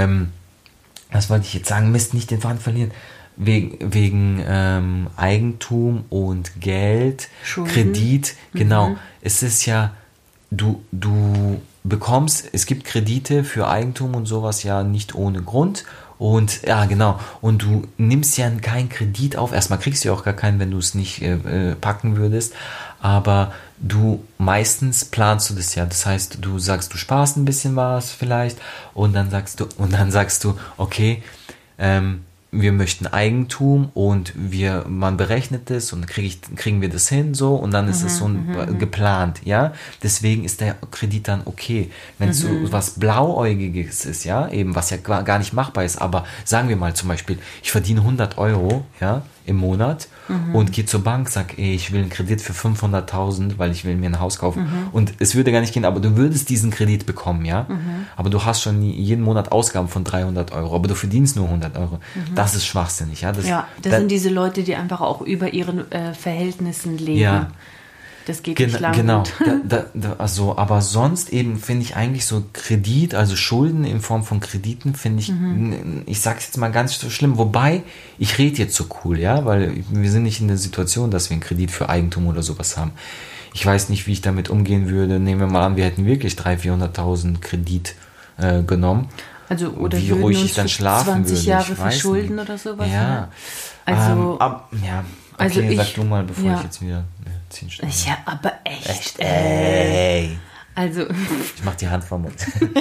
was wollte ich jetzt sagen? Mist, nicht den Faden verlieren. Wegen Eigentum und Geld, Schulden. Kredit, genau. Es ist ja, du bekommst, es gibt Kredite für Eigentum und sowas ja nicht ohne Grund. Und ja, genau. Und du nimmst ja keinen Kredit auf. Erstmal kriegst du ja auch gar keinen, wenn du es nicht packen würdest. Aber meistens planst du das ja. Das heißt, du sagst, du sparst ein bisschen was vielleicht. Und dann sagst du, okay, wir möchten Eigentum und man berechnet es und kriegen wir das hin so und dann ist es so geplant, ja. Deswegen ist der Kredit dann okay. Wenn es so was Blauäugiges ist, ja, eben was ja gar nicht machbar ist, aber sagen wir mal zum Beispiel, ich verdiene 100 Euro, ja, im Monat und gehe zur Bank, sag, ich will einen Kredit für 500.000, weil ich will mir ein Haus kaufen und es würde gar nicht gehen, aber du würdest diesen Kredit bekommen, ja, aber du hast schon jeden Monat Ausgaben von 300 Euro, aber du verdienst nur 100 Euro. Das ist schwachsinnig, ja. Das sind diese Leute, die einfach auch über ihren Verhältnissen leben. Ja. Das geht nicht lang. Genau. Gut. Also, aber sonst eben finde ich eigentlich so Kredit, also Schulden in Form von Krediten, finde ich sag's jetzt mal ganz so schlimm. Wobei, ich rede jetzt so cool, ja, weil wir sind nicht in der Situation, dass wir einen Kredit für Eigentum oder sowas haben. Ich weiß nicht, wie ich damit umgehen würde. Nehmen wir mal an, wir hätten wirklich 300.000, 400.000 Kredit genommen. Also, oder wie ruhig ich dann schlafen 20 würde. Jahre Ich weiß verschulden nicht. oder sowas. Ja. Ne? Also, ja. Okay, also sag du mal, bevor ja. ich jetzt wieder 10 Stunden. Ja, aber echt. Ey. Also, Ich mach die Hand vom Mund.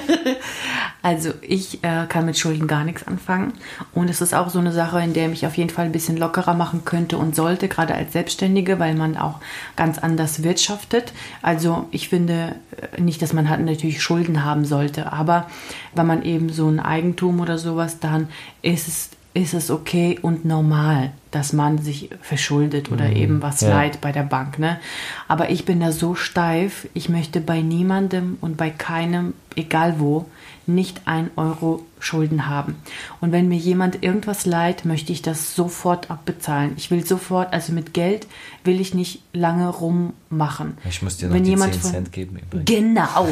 Also ich kann mit Schulden gar nichts anfangen und es ist auch so eine Sache, in der ich mich auf jeden Fall ein bisschen lockerer machen könnte und sollte, gerade als Selbstständige, weil man auch ganz anders wirtschaftet. Also ich finde nicht, dass man halt natürlich Schulden haben sollte, aber wenn man eben so ein Eigentum oder sowas, dann ist es okay und normal, dass man sich verschuldet oder eben was leiht bei der Bank. Ne? Aber ich bin da so steif, ich möchte bei niemandem und bei keinem, egal wo, nicht 1 Euro Schulden haben. Und wenn mir jemand irgendwas leiht, möchte ich das sofort abbezahlen. Ich will sofort, also mit Geld will ich nicht lange rummachen. Ich muss dir noch wenn die jemand 10 Cent geben. Übrigens. Genau.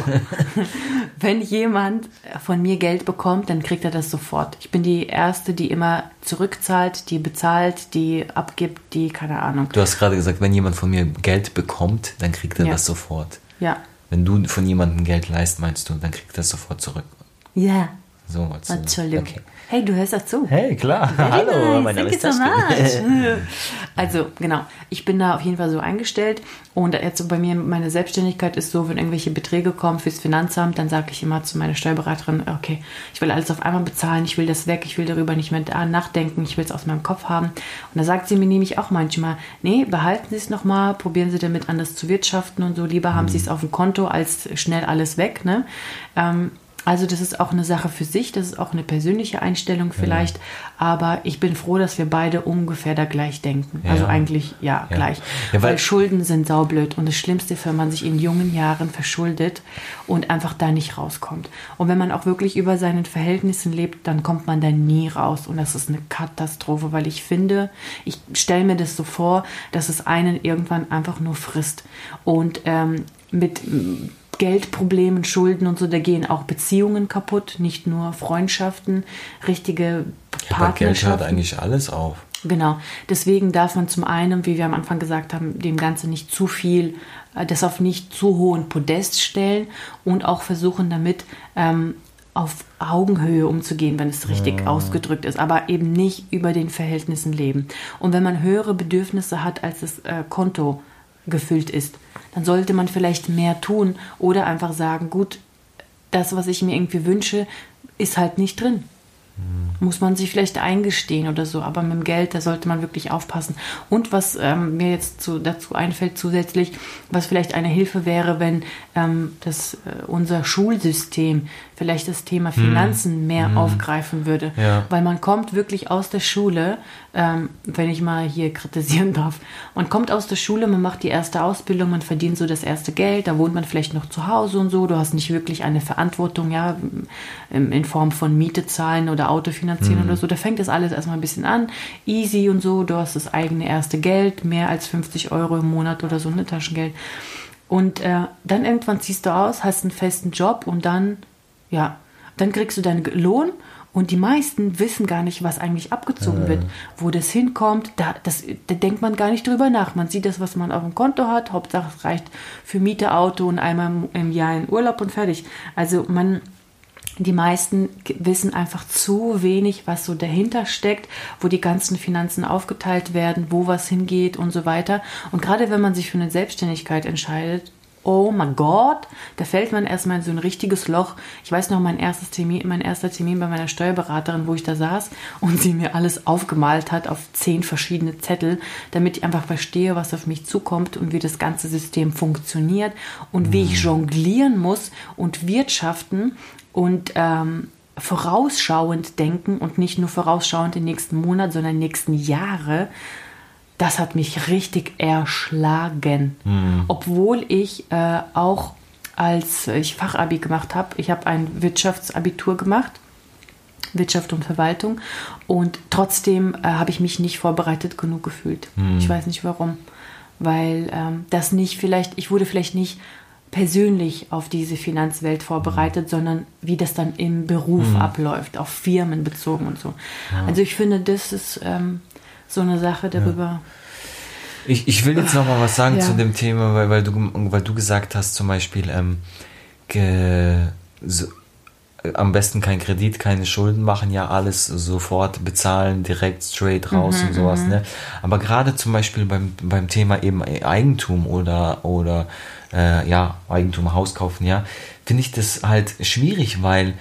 Wenn jemand von mir Geld bekommt, dann kriegt er das sofort. Ich bin die Erste, die immer zurückzahlt, die bezahlt, die abgibt, die, keine Ahnung. Du hast gerade gesagt, wenn jemand von mir Geld bekommt, dann kriegt er Ja. das sofort. Ja. Wenn du von jemandem Geld leist, meinst du, dann kriegt er das sofort zurück. Ja. So, also, Entschuldigung. okay. Hey, du hörst dazu. Hey, klar. Very Hallo, nice. mein Name ist Thank you so Taschke. much. Also, genau. Ich bin da auf jeden Fall so eingestellt. Und jetzt so bei mir, meine Selbstständigkeit ist so, wenn irgendwelche Beträge kommen fürs Finanzamt, dann sage ich immer zu meiner Steuerberaterin, okay, ich will alles auf einmal bezahlen, ich will das weg, ich will darüber nicht mehr nachdenken, ich will es aus meinem Kopf haben. Und da sagt sie mir nämlich auch manchmal, nee, behalten Sie es nochmal, probieren Sie damit anders zu wirtschaften und so, lieber haben Sie es auf dem Konto, als schnell alles weg, ne? Also das ist auch eine Sache für sich, das ist auch eine persönliche Einstellung vielleicht, aber ich bin froh, dass wir beide ungefähr da gleich denken. Also eigentlich gleich. Ja, weil Schulden sind saublöd und das Schlimmste, wenn man sich in jungen Jahren verschuldet und einfach da nicht rauskommt. Und wenn man auch wirklich über seinen Verhältnissen lebt, dann kommt man da nie raus und das ist eine Katastrophe, weil ich finde, ich stelle mir das so vor, dass es einen irgendwann einfach nur frisst und mit Geldproblemen, Schulden und so, da gehen auch Beziehungen kaputt, nicht nur Freundschaften, richtige Aber Geld hört Partnerschaften. eigentlich alles auf. Genau, deswegen darf man zum einen, wie wir am Anfang gesagt haben, dem Ganzen nicht zu viel, das auf nicht zu hohen Podest stellen und auch versuchen damit auf Augenhöhe umzugehen, wenn es richtig ausgedrückt ist, aber eben nicht über den Verhältnissen leben. Und wenn man höhere Bedürfnisse hat, als das Konto gefüllt ist, dann sollte man vielleicht mehr tun oder einfach sagen, gut, das, was ich mir irgendwie wünsche, ist halt nicht drin. Muss man sich vielleicht eingestehen oder so, aber mit dem Geld, da sollte man wirklich aufpassen. Und was mir jetzt dazu einfällt zusätzlich, was vielleicht eine Hilfe wäre, wenn unser Schulsystem vielleicht das Thema Finanzen mehr aufgreifen würde. Ja. Weil man kommt wirklich aus der Schule, wenn ich mal hier kritisieren darf, man kommt aus der Schule, man macht die erste Ausbildung, man verdient so das erste Geld, da wohnt man vielleicht noch zu Hause und so, du hast nicht wirklich eine Verantwortung, ja, in Form von Miete zahlen oder Auto finanzieren oder so, da fängt das alles erstmal ein bisschen an, easy und so, du hast das eigene erste Geld, mehr als 50 Euro im Monat oder so, ne, Taschengeld. Und dann irgendwann ziehst du aus, hast einen festen Job und dann kriegst du deinen Lohn und die meisten wissen gar nicht, was eigentlich abgezogen wird. Wo das hinkommt, da denkt man gar nicht drüber nach. Man sieht das, was man auf dem Konto hat, Hauptsache es reicht für Miete, Auto und einmal im Jahr in Urlaub und fertig. Also die meisten wissen einfach zu wenig, was so dahinter steckt, wo die ganzen Finanzen aufgeteilt werden, wo was hingeht und so weiter. Und gerade wenn man sich für eine Selbstständigkeit entscheidet, oh mein Gott, da fällt man erstmal in so ein richtiges Loch. Ich weiß noch, mein erster Termin bei meiner Steuerberaterin, wo ich da saß und sie mir alles aufgemalt hat auf 10 verschiedene Zettel, damit ich einfach verstehe, was auf mich zukommt und wie das ganze System funktioniert und wie ich jonglieren muss und wirtschaften und vorausschauend denken und nicht nur vorausschauend den nächsten Monat, sondern die nächsten Jahre. Das hat mich richtig erschlagen. Obwohl ich auch, als ich Fachabi gemacht habe, ich habe ein Wirtschaftsabitur gemacht, Wirtschaft und Verwaltung, und trotzdem habe ich mich nicht vorbereitet genug gefühlt. Ich weiß nicht warum, weil ich wurde vielleicht nicht persönlich auf diese Finanzwelt vorbereitet, sondern wie das dann im Beruf abläuft, auf Firmen bezogen und so. Ja. Also ich finde, das ist so eine Sache darüber. Ja. Ich will jetzt noch mal was sagen zu dem Thema, weil du gesagt hast, zum Beispiel am besten kein Kredit, keine Schulden machen, ja alles sofort bezahlen, direkt straight raus und sowas. Ne? Aber gerade zum Beispiel beim Thema eben Eigentum oder Eigentum, Haus kaufen, ja, finde ich das halt schwierig, weil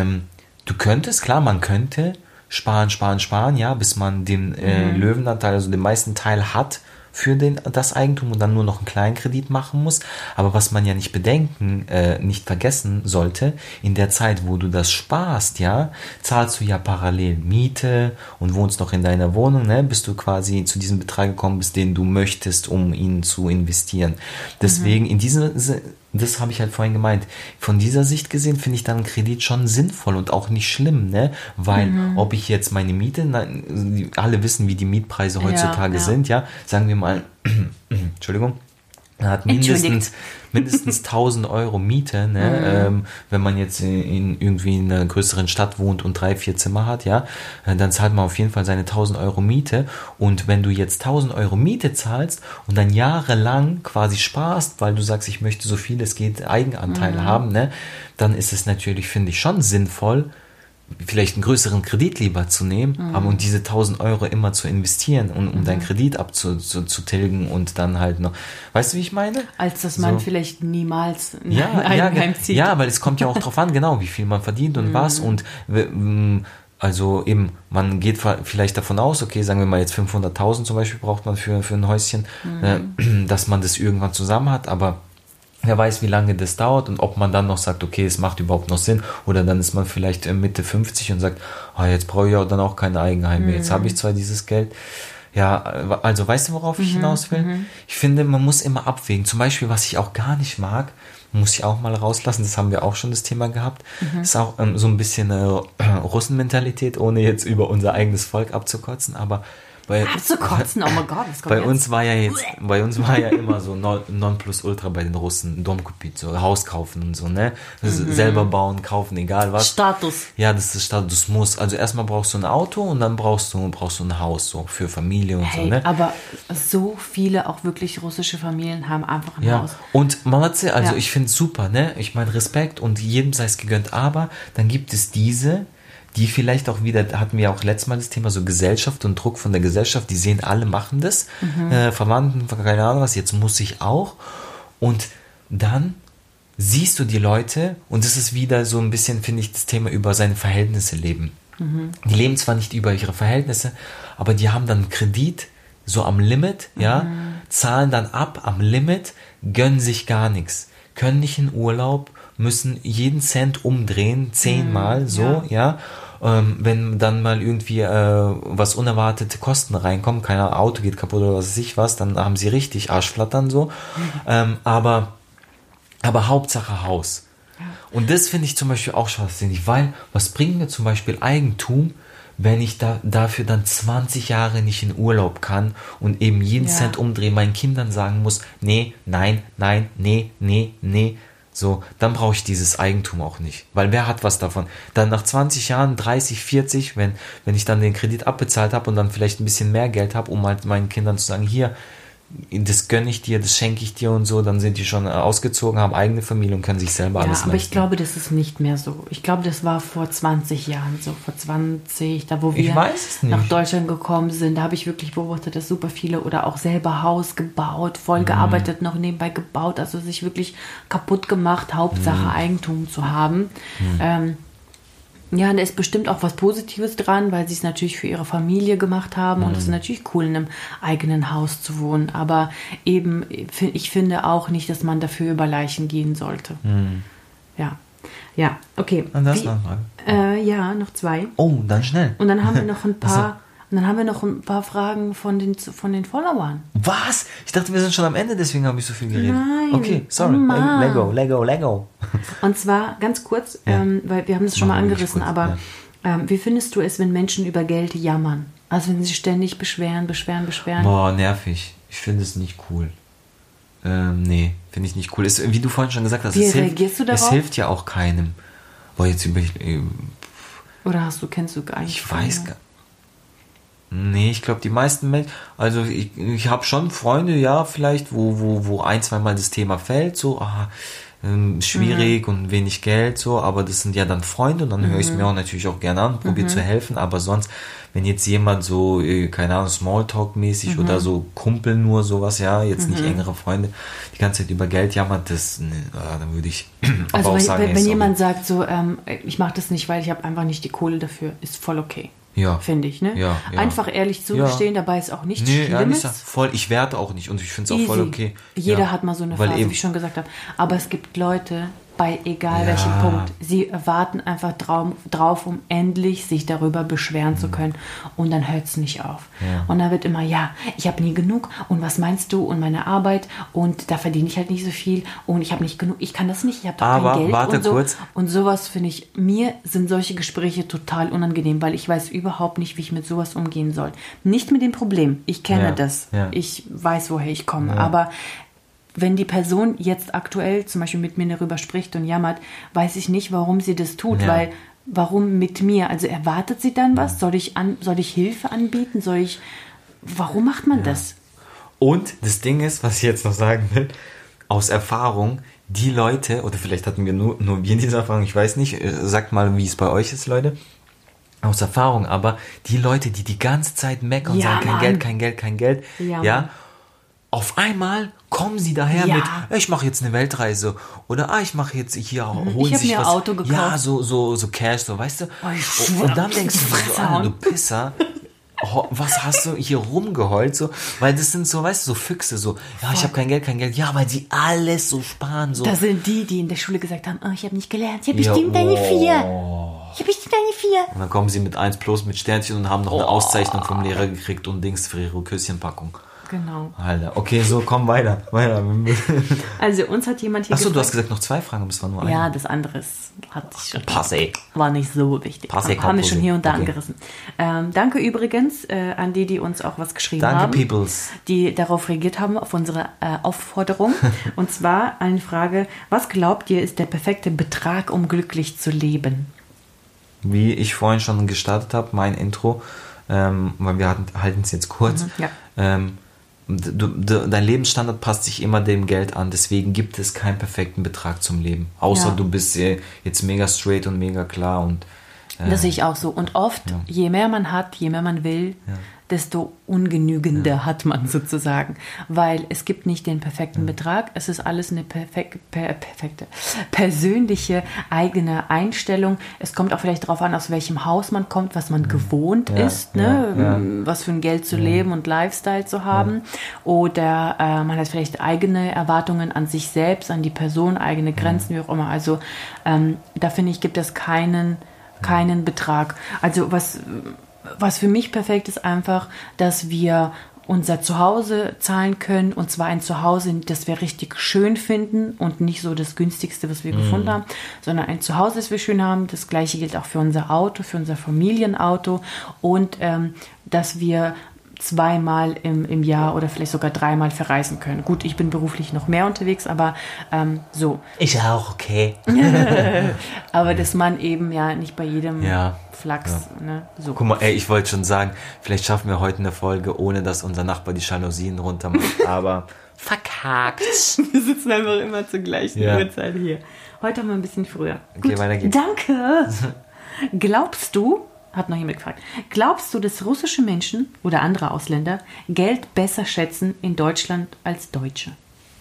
man könnte sparen, ja, bis man den Löwenanteil, also den meisten Teil hat für das Eigentum und dann nur noch einen kleinen Kredit machen muss. Aber was man ja nicht nicht vergessen sollte, in der Zeit, wo du das sparst, ja, zahlst du ja parallel Miete und wohnst noch in deiner Wohnung, ne, bis du quasi zu diesem Betrag gekommen bist, den du möchtest, um ihn zu investieren. Deswegen das habe ich halt vorhin gemeint. Von dieser Sicht gesehen finde ich dann einen Kredit schon sinnvoll und auch nicht schlimm, ne? Weil ob ich jetzt meine Miete, alle wissen, wie die Mietpreise heutzutage sind, ja, sagen wir mal, Entschuldigung, man hat mindestens 1000 Euro Miete, ne? Wenn man jetzt irgendwie in einer größeren Stadt wohnt und 3-4 Zimmer hat, ja, dann zahlt man auf jeden Fall seine 1000 Euro Miete. Und wenn du jetzt 1000 Euro Miete zahlst und dann jahrelang quasi sparst, weil du sagst, ich möchte so viel es geht Eigenanteile haben, ne, dann ist es natürlich, finde ich, schon sinnvoll, vielleicht einen größeren Kredit lieber zu nehmen, aber und diese 1000 Euro immer zu investieren und um deinen Kredit abzutilgen und dann halt noch, weißt du, wie ich meine? Als dass man vielleicht niemals ein Eigenheim zieht. Ja, weil es kommt ja auch drauf an, genau, wie viel man verdient und was und also eben, man geht vielleicht davon aus, okay, sagen wir mal jetzt 500.000 zum Beispiel braucht man für ein Häuschen, dass man das irgendwann zusammen hat, aber wer weiß, wie lange das dauert und ob man dann noch sagt, okay, es macht überhaupt noch Sinn, oder dann ist man vielleicht Mitte 50 und sagt, jetzt brauche ich ja dann auch kein Eigenheim mehr, jetzt habe ich zwar dieses Geld. Ja, also weißt du, worauf ich hinaus will? Ich finde, man muss immer abwägen. Zum Beispiel, was ich auch gar nicht mag, muss ich auch mal rauslassen, das haben wir auch schon das Thema gehabt, ist auch so ein bisschen Russenmentalität, ohne jetzt über unser eigenes Volk abzukotzen, aber abzukotzen, oh mein Gott, das kommt bei uns war ja immer so Nonplusultra bei den Russen, Domkupit, so Haus kaufen und so, ne? Selber bauen, kaufen, egal was. Status. Ja, das ist Status, muss. Also erstmal brauchst du ein Auto und dann brauchst du ein Haus, so für Familie und so, ne? Aber so viele auch wirklich russische Familien haben einfach ein Haus. Und Mamatze, also ich finde es super, ne? Ich meine Respekt und jedem sei es gegönnt, aber dann gibt es diese, die vielleicht auch wieder, hatten wir auch letztes Mal das Thema, so Gesellschaft und Druck von der Gesellschaft, die sehen, alle machen das, Verwandten, keine Ahnung was, jetzt muss ich auch. Und dann siehst du die Leute und das ist wieder so ein bisschen, finde ich, das Thema über seine Verhältnisse leben. Die leben zwar nicht über ihre Verhältnisse, aber die haben dann einen Kredit so am Limit, ja, zahlen dann ab am Limit, gönnen sich gar nichts, können nicht in Urlaub, müssen jeden Cent umdrehen, 10-mal so, ja. Wenn dann mal irgendwie was unerwartete Kosten reinkommen, kein Auto geht kaputt oder was weiß ich was, dann haben sie richtig Arschflattern so. Aber Hauptsache Haus. Ja. Und das finde ich zum Beispiel auch schwachsinnig, weil was bringt mir zum Beispiel Eigentum, wenn ich dafür dann 20 Jahre nicht in Urlaub kann und eben jeden Cent umdrehen, meinen Kindern sagen muss, nee, nein, nein, nee, nee, nee. So, dann brauche ich dieses Eigentum auch nicht. Weil wer hat was davon? Dann nach 20 Jahren, 30, 40, wenn ich dann den Kredit abbezahlt habe und dann vielleicht ein bisschen mehr Geld habe, um halt meinen Kindern zu sagen, hier, das gönne ich dir, das schenke ich dir und so, dann sind die schon ausgezogen, haben eigene Familie und können sich selber alles leisten. Aber ich glaube, das ist nicht mehr so. Ich glaube, das war vor 20 Jahren so, vor 20, da wo wir nach Deutschland gekommen sind, da habe ich wirklich beobachtet, dass super viele oder auch selber Haus gebaut, voll gearbeitet, noch nebenbei gebaut, also sich wirklich kaputt gemacht, Hauptsache Eigentum zu haben. Ja, da ist bestimmt auch was Positives dran, weil sie es natürlich für ihre Familie gemacht haben und es ist natürlich cool, in einem eigenen Haus zu wohnen. Aber eben, ich finde auch nicht, dass man dafür über Leichen gehen sollte. Ja, okay. Und das noch eine Frage? Ja, noch 2. Oh, dann schnell. Und dann haben wir noch ein paar... Und dann haben wir noch ein paar Fragen von den Followern. Was? Ich dachte, wir sind schon am Ende, deswegen habe ich so viel geredet. Nein. Okay, sorry. Lego. Und zwar ganz kurz, weil wir haben das schon mal angerissen, aber wie findest du es, wenn Menschen über Geld jammern? Also wenn sie sich ständig beschweren? Boah, nervig. Ich finde es nicht cool. Nee, finde ich nicht cool. Ist, wie du vorhin schon gesagt hast, reagierst du darauf? Es hilft ja auch keinem. Boah, jetzt Oder kennst du gar nicht? Ich weiß gar nicht. Nee, ich glaube, die meisten Menschen, also ich habe schon Freunde, ja, vielleicht, wo 1-2 Mal das Thema fällt, so, schwierig und wenig Geld, so, aber das sind ja dann Freunde und dann höre ich es mir auch natürlich auch gerne an, probiere zu helfen, aber sonst, wenn jetzt jemand so, keine Ahnung, Smalltalk-mäßig oder so Kumpel nur sowas, ja, jetzt nicht engere Freunde, die ganze Zeit über Geld jammert, dann würde ich also aber auch sagen, wenn jemand sagt so, ich mache das nicht, weil ich habe einfach nicht die Kohle dafür, ist voll okay. Ja. Finde ich, ne? Ja. Einfach ehrlich zugestehen, dabei ist auch nichts Schlimmes. Voll, ich werte auch nicht und ich finde es auch voll okay. Jeder hat mal so eine Phase, wie ich schon gesagt habe. Aber es gibt Leute, bei egal welchem Punkt, sie warten einfach drauf, um endlich sich darüber beschweren zu können. Und dann hört es nicht auf. Ja. Und dann wird immer, ich habe nie genug und was meinst du und meine Arbeit und da verdiene ich halt nicht so viel und ich habe nicht genug, ich kann das nicht, ich habe doch kein Geld. Warte und so. kurz. Und sowas finde ich, mir sind solche Gespräche total unangenehm, weil ich weiß überhaupt nicht, wie ich mit sowas umgehen soll. Nicht mit dem Problem, ich kenne das, ich weiß, woher ich komme, aber wenn die Person jetzt aktuell zum Beispiel mit mir darüber spricht und jammert, weiß ich nicht, warum sie das tut, weil warum mit mir? Also erwartet sie dann was? Soll ich Hilfe anbieten? Warum macht man das? Und das Ding ist, was ich jetzt noch sagen will, aus Erfahrung, die Leute, oder vielleicht hatten wir nur wir diese Erfahrung, ich weiß nicht, sagt mal, wie es bei euch ist, Leute, aus Erfahrung, aber die Leute, die ganze Zeit meckern und sagen, kein Geld, auf einmal kommen sie daher mit, ich mache jetzt eine Weltreise oder ich mache jetzt hier, holen sich was. Ich habe mir ein Auto gekauft. Ja, so Cash, so, weißt du. Und dann denkst du dir so, du Pisser, was hast du hier rumgeheult? So, weil das sind so, weißt du, so Füchse, so, ich habe kein Geld, ja, weil sie alles so sparen. So. Das sind die in der Schule gesagt haben, ich habe nicht gelernt, ich habe bestimmt eine 4. Ich habe bestimmt eine 4. Und dann kommen sie mit 1+ mit Sternchen und haben noch eine Auszeichnung vom Lehrer gekriegt und Dings für ihre Küsschenpackung. Genau. Alter, okay, so, komm weiter. Also uns hat jemand hier Achso, du hast gesagt noch 2 Fragen, aber es war nur eine. Ja, das andere war nicht so wichtig. Haben wir schon hier und da angerissen. Danke übrigens an die uns auch was geschrieben haben. Danke, Peoples. Die darauf reagiert haben, auf unsere Aufforderung. Und zwar eine Frage, was glaubt ihr ist der perfekte Betrag, um glücklich zu leben? Wie ich vorhin schon gestartet habe, mein Intro, weil wir halten es jetzt kurz. Dein Lebensstandard passt sich immer dem Geld an, deswegen gibt es keinen perfekten Betrag zum Leben. Außer du bist jetzt mega straight und mega klar. Und das sehe ich auch so. Und oft, je mehr man hat, je mehr man will, desto ungenügender hat man sozusagen. Weil es gibt nicht den perfekten Betrag. Es ist alles eine perfekte, persönliche, eigene Einstellung. Es kommt auch vielleicht darauf an, aus welchem Haus man kommt, was man gewohnt ist, ne? Was für ein Geld zu leben und Lifestyle zu haben. Oder man hat vielleicht eigene Erwartungen an sich selbst, an die Person, eigene Grenzen, wie auch immer. Also da finde ich, gibt es keinen Betrag. Also was für mich perfekt ist einfach, dass wir unser Zuhause zahlen können, und zwar ein Zuhause, das wir richtig schön finden und nicht so das günstigste, was wir gefunden haben, sondern ein Zuhause, das wir schön haben. Das gleiche gilt auch für unser Auto, für unser Familienauto, und dass wir zweimal im Jahr oder vielleicht sogar dreimal verreisen können. Gut, ich bin beruflich noch mehr unterwegs, aber so. Ich auch, okay. Aber dass man eben ja nicht bei jedem Flachs, ne, so. Guck mal, ich wollte schon sagen, vielleicht schaffen wir heute eine Folge, ohne dass unser Nachbar die Jalousien runter macht, aber verkackt. Wir sitzen einfach immer zur gleichen Uhrzeit hier. Heute haben wir ein bisschen früher. Okay, gut, weiter geht's. Danke. Glaubst du, hat noch jemand gefragt, glaubst du, dass russische Menschen oder andere Ausländer Geld besser schätzen in Deutschland als Deutsche?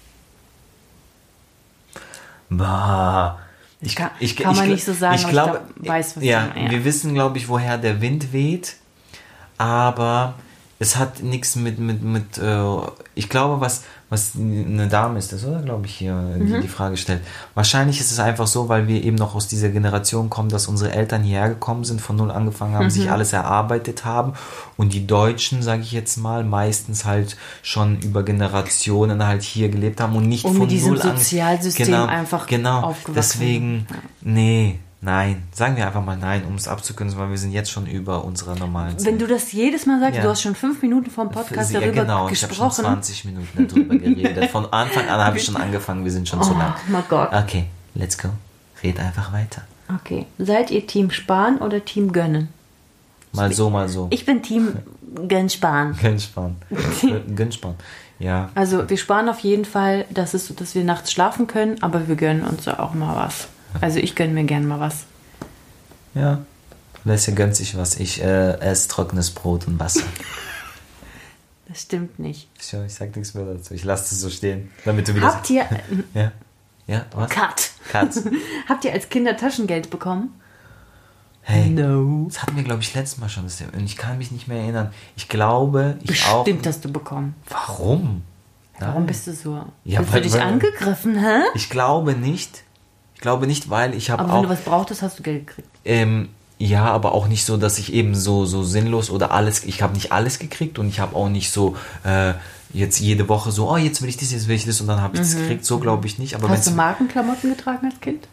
Bah. Kann man nicht so sagen, ich aber ich weiß, was du meinst. Wir wissen, glaube ich, woher der Wind weht, aber es hat nichts mit ich glaube, was eine Dame ist das, oder? Glaube ich, hier, die Frage stellt. Wahrscheinlich ist es einfach so, weil wir eben noch aus dieser Generation kommen, dass unsere Eltern hierher gekommen sind, von null angefangen haben, sich alles erarbeitet haben, und die Deutschen, sage ich jetzt mal, meistens halt schon über Generationen halt hier gelebt haben und nicht und von mit diesem null an. Sozialsystem einfach aufgewachsen. Deswegen, nein. Sagen wir einfach mal nein, um es abzukürzen, weil wir sind jetzt schon über unserer normalen Zeit. Wenn du das jedes Mal sagst, du hast schon 5 Minuten vom Podcast darüber gesprochen. Ich habe schon 20 Minuten darüber geredet. Von Anfang an habe ich schon angefangen, wir sind schon zu lang. Oh mein Gott. Okay, let's go. Red einfach weiter. Okay. Seid ihr Team Sparen oder Team Gönnen? Mal so. Ich bin Team Gönn Sparen. Gönn Sparen. Ja. Also wir sparen auf jeden Fall, dass wir nachts schlafen können, aber wir gönnen uns auch mal was. Also ich gönne mir gerne mal was. Ja. Leslie gönnt sich was. Ich esse trockenes Brot und Wasser. Das stimmt nicht. Ich sag nichts mehr dazu. Ich lasse es so stehen, damit du wieder... Habt ihr... Ja, was? Cut. Habt ihr als Kinder Taschengeld bekommen? Hey, no. Das hatten wir, glaube ich, letztes Mal schon. Und ich kann mich nicht mehr erinnern. Ich glaube, auch... Bestimmt hast du bekommen. Warum? Warum bist du so? Ja, Bist du dich angegriffen, hä? Ich glaube nicht. Weil ich habe auch... Aber wenn du was brauchtest, hast du Geld gekriegt. Ja, aber auch nicht so, dass ich eben so sinnlos oder alles... Ich habe nicht alles gekriegt, und ich habe auch nicht so... jetzt jede Woche so, jetzt will ich das und dann habe ich das gekriegt. So glaube ich nicht. Aber hast du Markenklamotten getragen als Kind?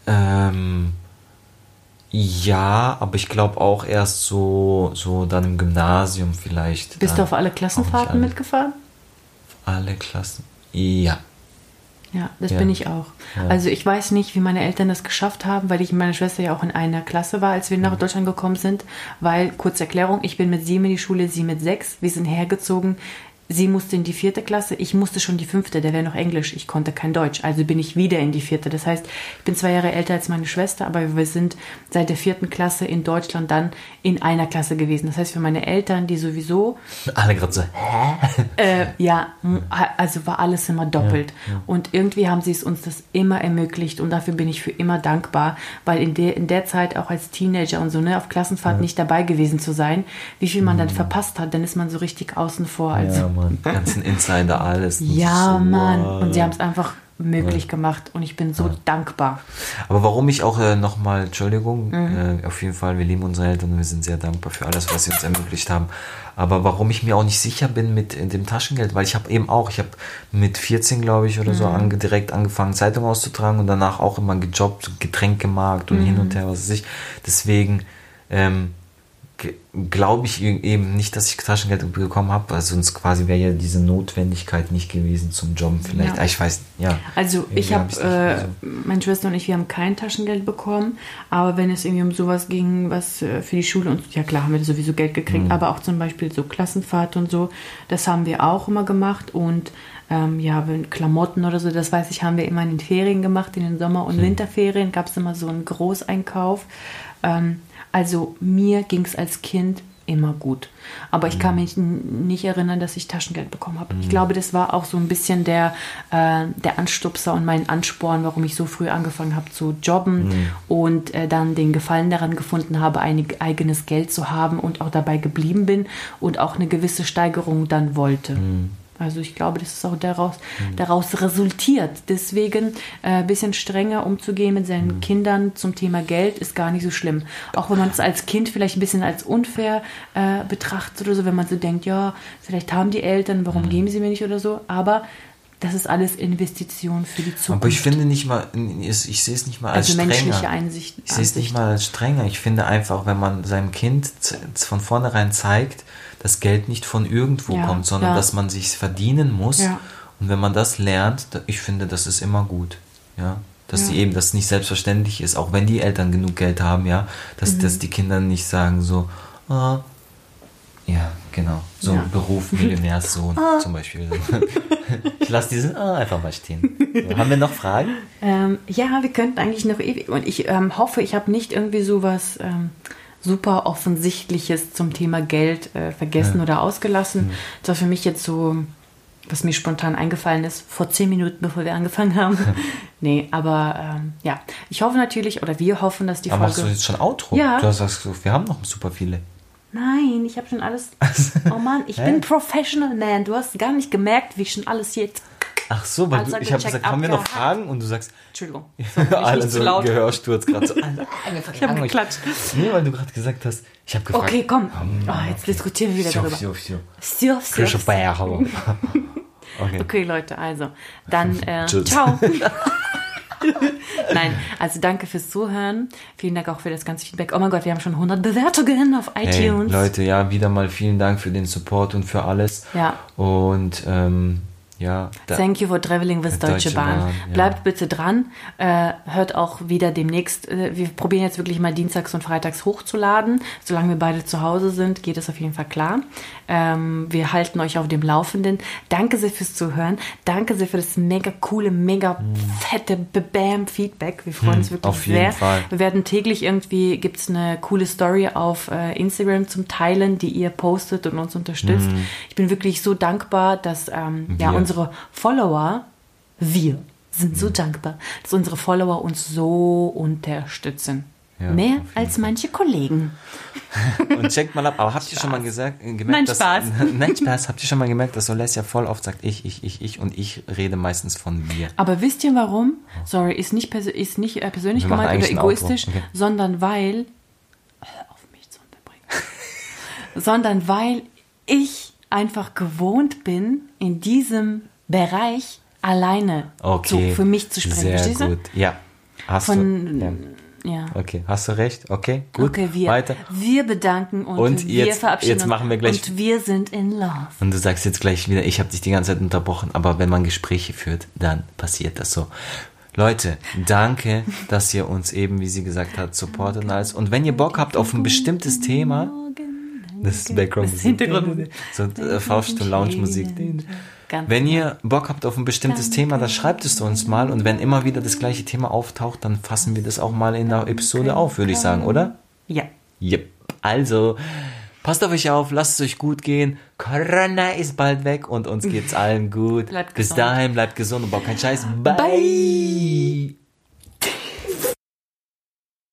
Ja, aber ich glaube auch erst so dann im Gymnasium vielleicht. Bist du auf alle Klassenfahrten mitgefahren? Alle Klassen? Ja. Ja, das bin ich auch. Ja. Also ich weiß nicht, wie meine Eltern das geschafft haben, weil ich und meine Schwester ja auch in einer Klasse war, als wir nach Deutschland gekommen sind. Weil, kurze Erklärung, ich bin mit 7 in die Schule, sie mit 6. Wir sind hergezogen. Sie musste in die 4. Klasse, ich musste schon die 5., der wäre noch Englisch, ich konnte kein Deutsch, also bin ich wieder in die 4. Das heißt, ich bin 2 Jahre älter als meine Schwester, aber wir sind seit der 4. Klasse in Deutschland dann in einer Klasse gewesen. Das heißt, für meine Eltern, die sowieso... Alle gerade so, ja, also war alles immer doppelt. Ja. Und irgendwie haben sie es uns das immer ermöglicht, und dafür bin ich für immer dankbar, weil in der Zeit auch als Teenager und so, ne, auf Klassenfahrt nicht dabei gewesen zu sein, wie viel man dann verpasst hat, dann ist man so richtig außen vor. Also ganzen Insider, alles. Ja, so, Mann. Und sie haben es einfach möglich gemacht, und ich bin so dankbar. Aber warum ich auch nochmal, Entschuldigung, auf jeden Fall, wir lieben unsere Eltern und wir sind sehr dankbar für alles, was sie uns ermöglicht haben. Aber warum ich mir auch nicht sicher bin mit dem Taschengeld, weil ich habe mit 14, glaube ich, oder so direkt angefangen, Zeitung auszutragen, und danach auch immer gejobbt, Getränkemarkt und hin und her, was weiß ich. Deswegen glaube ich eben nicht, dass ich Taschengeld bekommen habe, weil sonst quasi wäre ja diese Notwendigkeit nicht gewesen zum Jobben vielleicht. Ja. Ich weiß, ja. Also ich habe, meine Schwester und ich, wir haben kein Taschengeld bekommen, aber wenn es irgendwie um sowas ging, was für die Schule, und ja klar, haben wir sowieso Geld gekriegt, aber auch zum Beispiel so Klassenfahrt und so, das haben wir auch immer gemacht, und wenn Klamotten oder so, das weiß ich, haben wir immer in den Ferien gemacht, in den Sommer- und Winterferien gab es immer so einen Großeinkauf. Also mir ging es als Kind immer gut. Aber ich kann mich nicht erinnern, dass ich Taschengeld bekommen habe. Ich glaube, das war auch so ein bisschen der Anstupser und mein Ansporn, warum ich so früh angefangen habe zu jobben und dann den Gefallen daran gefunden habe, ein eigenes Geld zu haben und auch dabei geblieben bin und auch eine gewisse Steigerung dann wollte. Also ich glaube, das ist auch daraus resultiert. Deswegen ein bisschen strenger umzugehen mit seinen Kindern zum Thema Geld ist gar nicht so schlimm. Auch wenn man es als Kind vielleicht ein bisschen als unfair betrachtet oder so, wenn man so denkt, ja, vielleicht haben die Eltern, warum geben sie mir nicht oder so. Aber das ist alles Investition für die Zukunft. Aber ich finde nicht mal, ich sehe es nicht mal als also strenger. menschliche Einsicht. Ich sehe es nicht mal als strenger. Ich finde einfach, wenn man seinem Kind von vornherein zeigt, dass Geld nicht von irgendwo kommt, sondern dass man sich verdienen muss. Ja. Und wenn man das lernt, ich finde, das ist immer gut. Ja. Dass die eben, dass es nicht selbstverständlich ist, auch wenn die Eltern genug Geld haben, ja, dass die Kinder nicht sagen so, ja, genau, so ein Beruf Millionärssohn zum Beispiel. Ich lasse diesen einfach mal stehen. So, haben wir noch Fragen? Ja, wir könnten eigentlich noch ewig. Und ich hoffe, ich habe nicht irgendwie sowas super Offensichtliches zum Thema Geld vergessen oder ausgelassen. Das war für mich jetzt so, was mir spontan eingefallen ist, vor 10 Minuten, bevor wir angefangen haben. Nee, aber ja, ich hoffe natürlich, oder wir hoffen, dass die aber Folge... machst du jetzt schon Outro? Ja. Du hast gesagt, wir haben noch super viele. Nein, ich habe schon alles... Oh Mann, ich bin Professional Man. Du hast gar nicht gemerkt, wie ich schon alles hier... Ach so, weil ich habe gesagt, haben wir noch Fragen? Und du sagst... Entschuldigung. Alle so Gehörsturz gerade so. Ich habe geklatscht. Nee, weil du gerade gesagt hast, ich habe gefragt... Okay, komm. Jetzt diskutieren wir wieder darüber. Okay, Leute, also. Dann, ciao. Nein, also danke fürs Zuhören. Vielen Dank auch für das ganze Feedback. Oh mein Gott, wir haben schon 100 Bewertungen auf iTunes. Hey, Leute, ja, wieder mal vielen Dank für den Support und für alles. Ja. Und ja. Thank you for traveling with Deutsche Bahn. Ja. Bleibt bitte dran. Hört auch wieder demnächst. Wir probieren jetzt wirklich mal dienstags und freitags hochzuladen. Solange wir beide zu Hause sind, geht es auf jeden Fall klar. Wir halten euch auf dem Laufenden. Danke sehr fürs Zuhören. Danke sehr für das mega coole, mega fette Bam-Feedback. Wir freuen uns wirklich auf jeden sehr. Fall. Wir werden täglich gibt's eine coole Story auf Instagram zum Teilen, die ihr postet und uns unterstützt. Ich bin wirklich so dankbar, dass unsere Follower, wir sind so dankbar, dass unsere Follower uns so unterstützen. Ja, mehr als manche Kollegen. Und checkt mal ab. Aber habt ihr schon mal gemerkt, Nein, Spaß. Nein, Spaß. Habt ihr schon mal gemerkt, dass Olesja voll oft sagt, ich und ich rede meistens von mir. Aber wisst ihr warum? Sorry, ist nicht persönlich gemeint oder egoistisch, sondern weil, hör auf mich zu unterbringen, sondern weil ich einfach gewohnt bin, in diesem Bereich alleine für mich zu sprechen. Sehr gut. Ja. Ja. Okay, hast du recht. Okay, gut. Okay, weiter. Wir bedanken uns und wir verabschieden jetzt machen wir gleich, und wir sind in love. Und du sagst jetzt gleich wieder, ich habe dich die ganze Zeit unterbrochen, aber wenn man Gespräche führt, dann passiert das so. Leute, danke, dass ihr uns eben, wie sie gesagt hat, supportet und alles. Und wenn ihr Bock habt auf ein bestimmtes Thema, das ist Background-Musik, so Faust-Lounge-Musik. Wenn ihr Bock habt auf ein bestimmtes Thema, dann schreibt es uns mal. Und wenn immer wieder das gleiche Thema auftaucht, dann fassen wir das auch mal in der Episode auf, würde ich sagen, oder? Ja. Yep. Also, passt auf euch auf, lasst es euch gut gehen. Corona ist bald weg und uns geht's allen gut. Bis dahin, bleibt gesund und baut keinen Scheiß. Bye.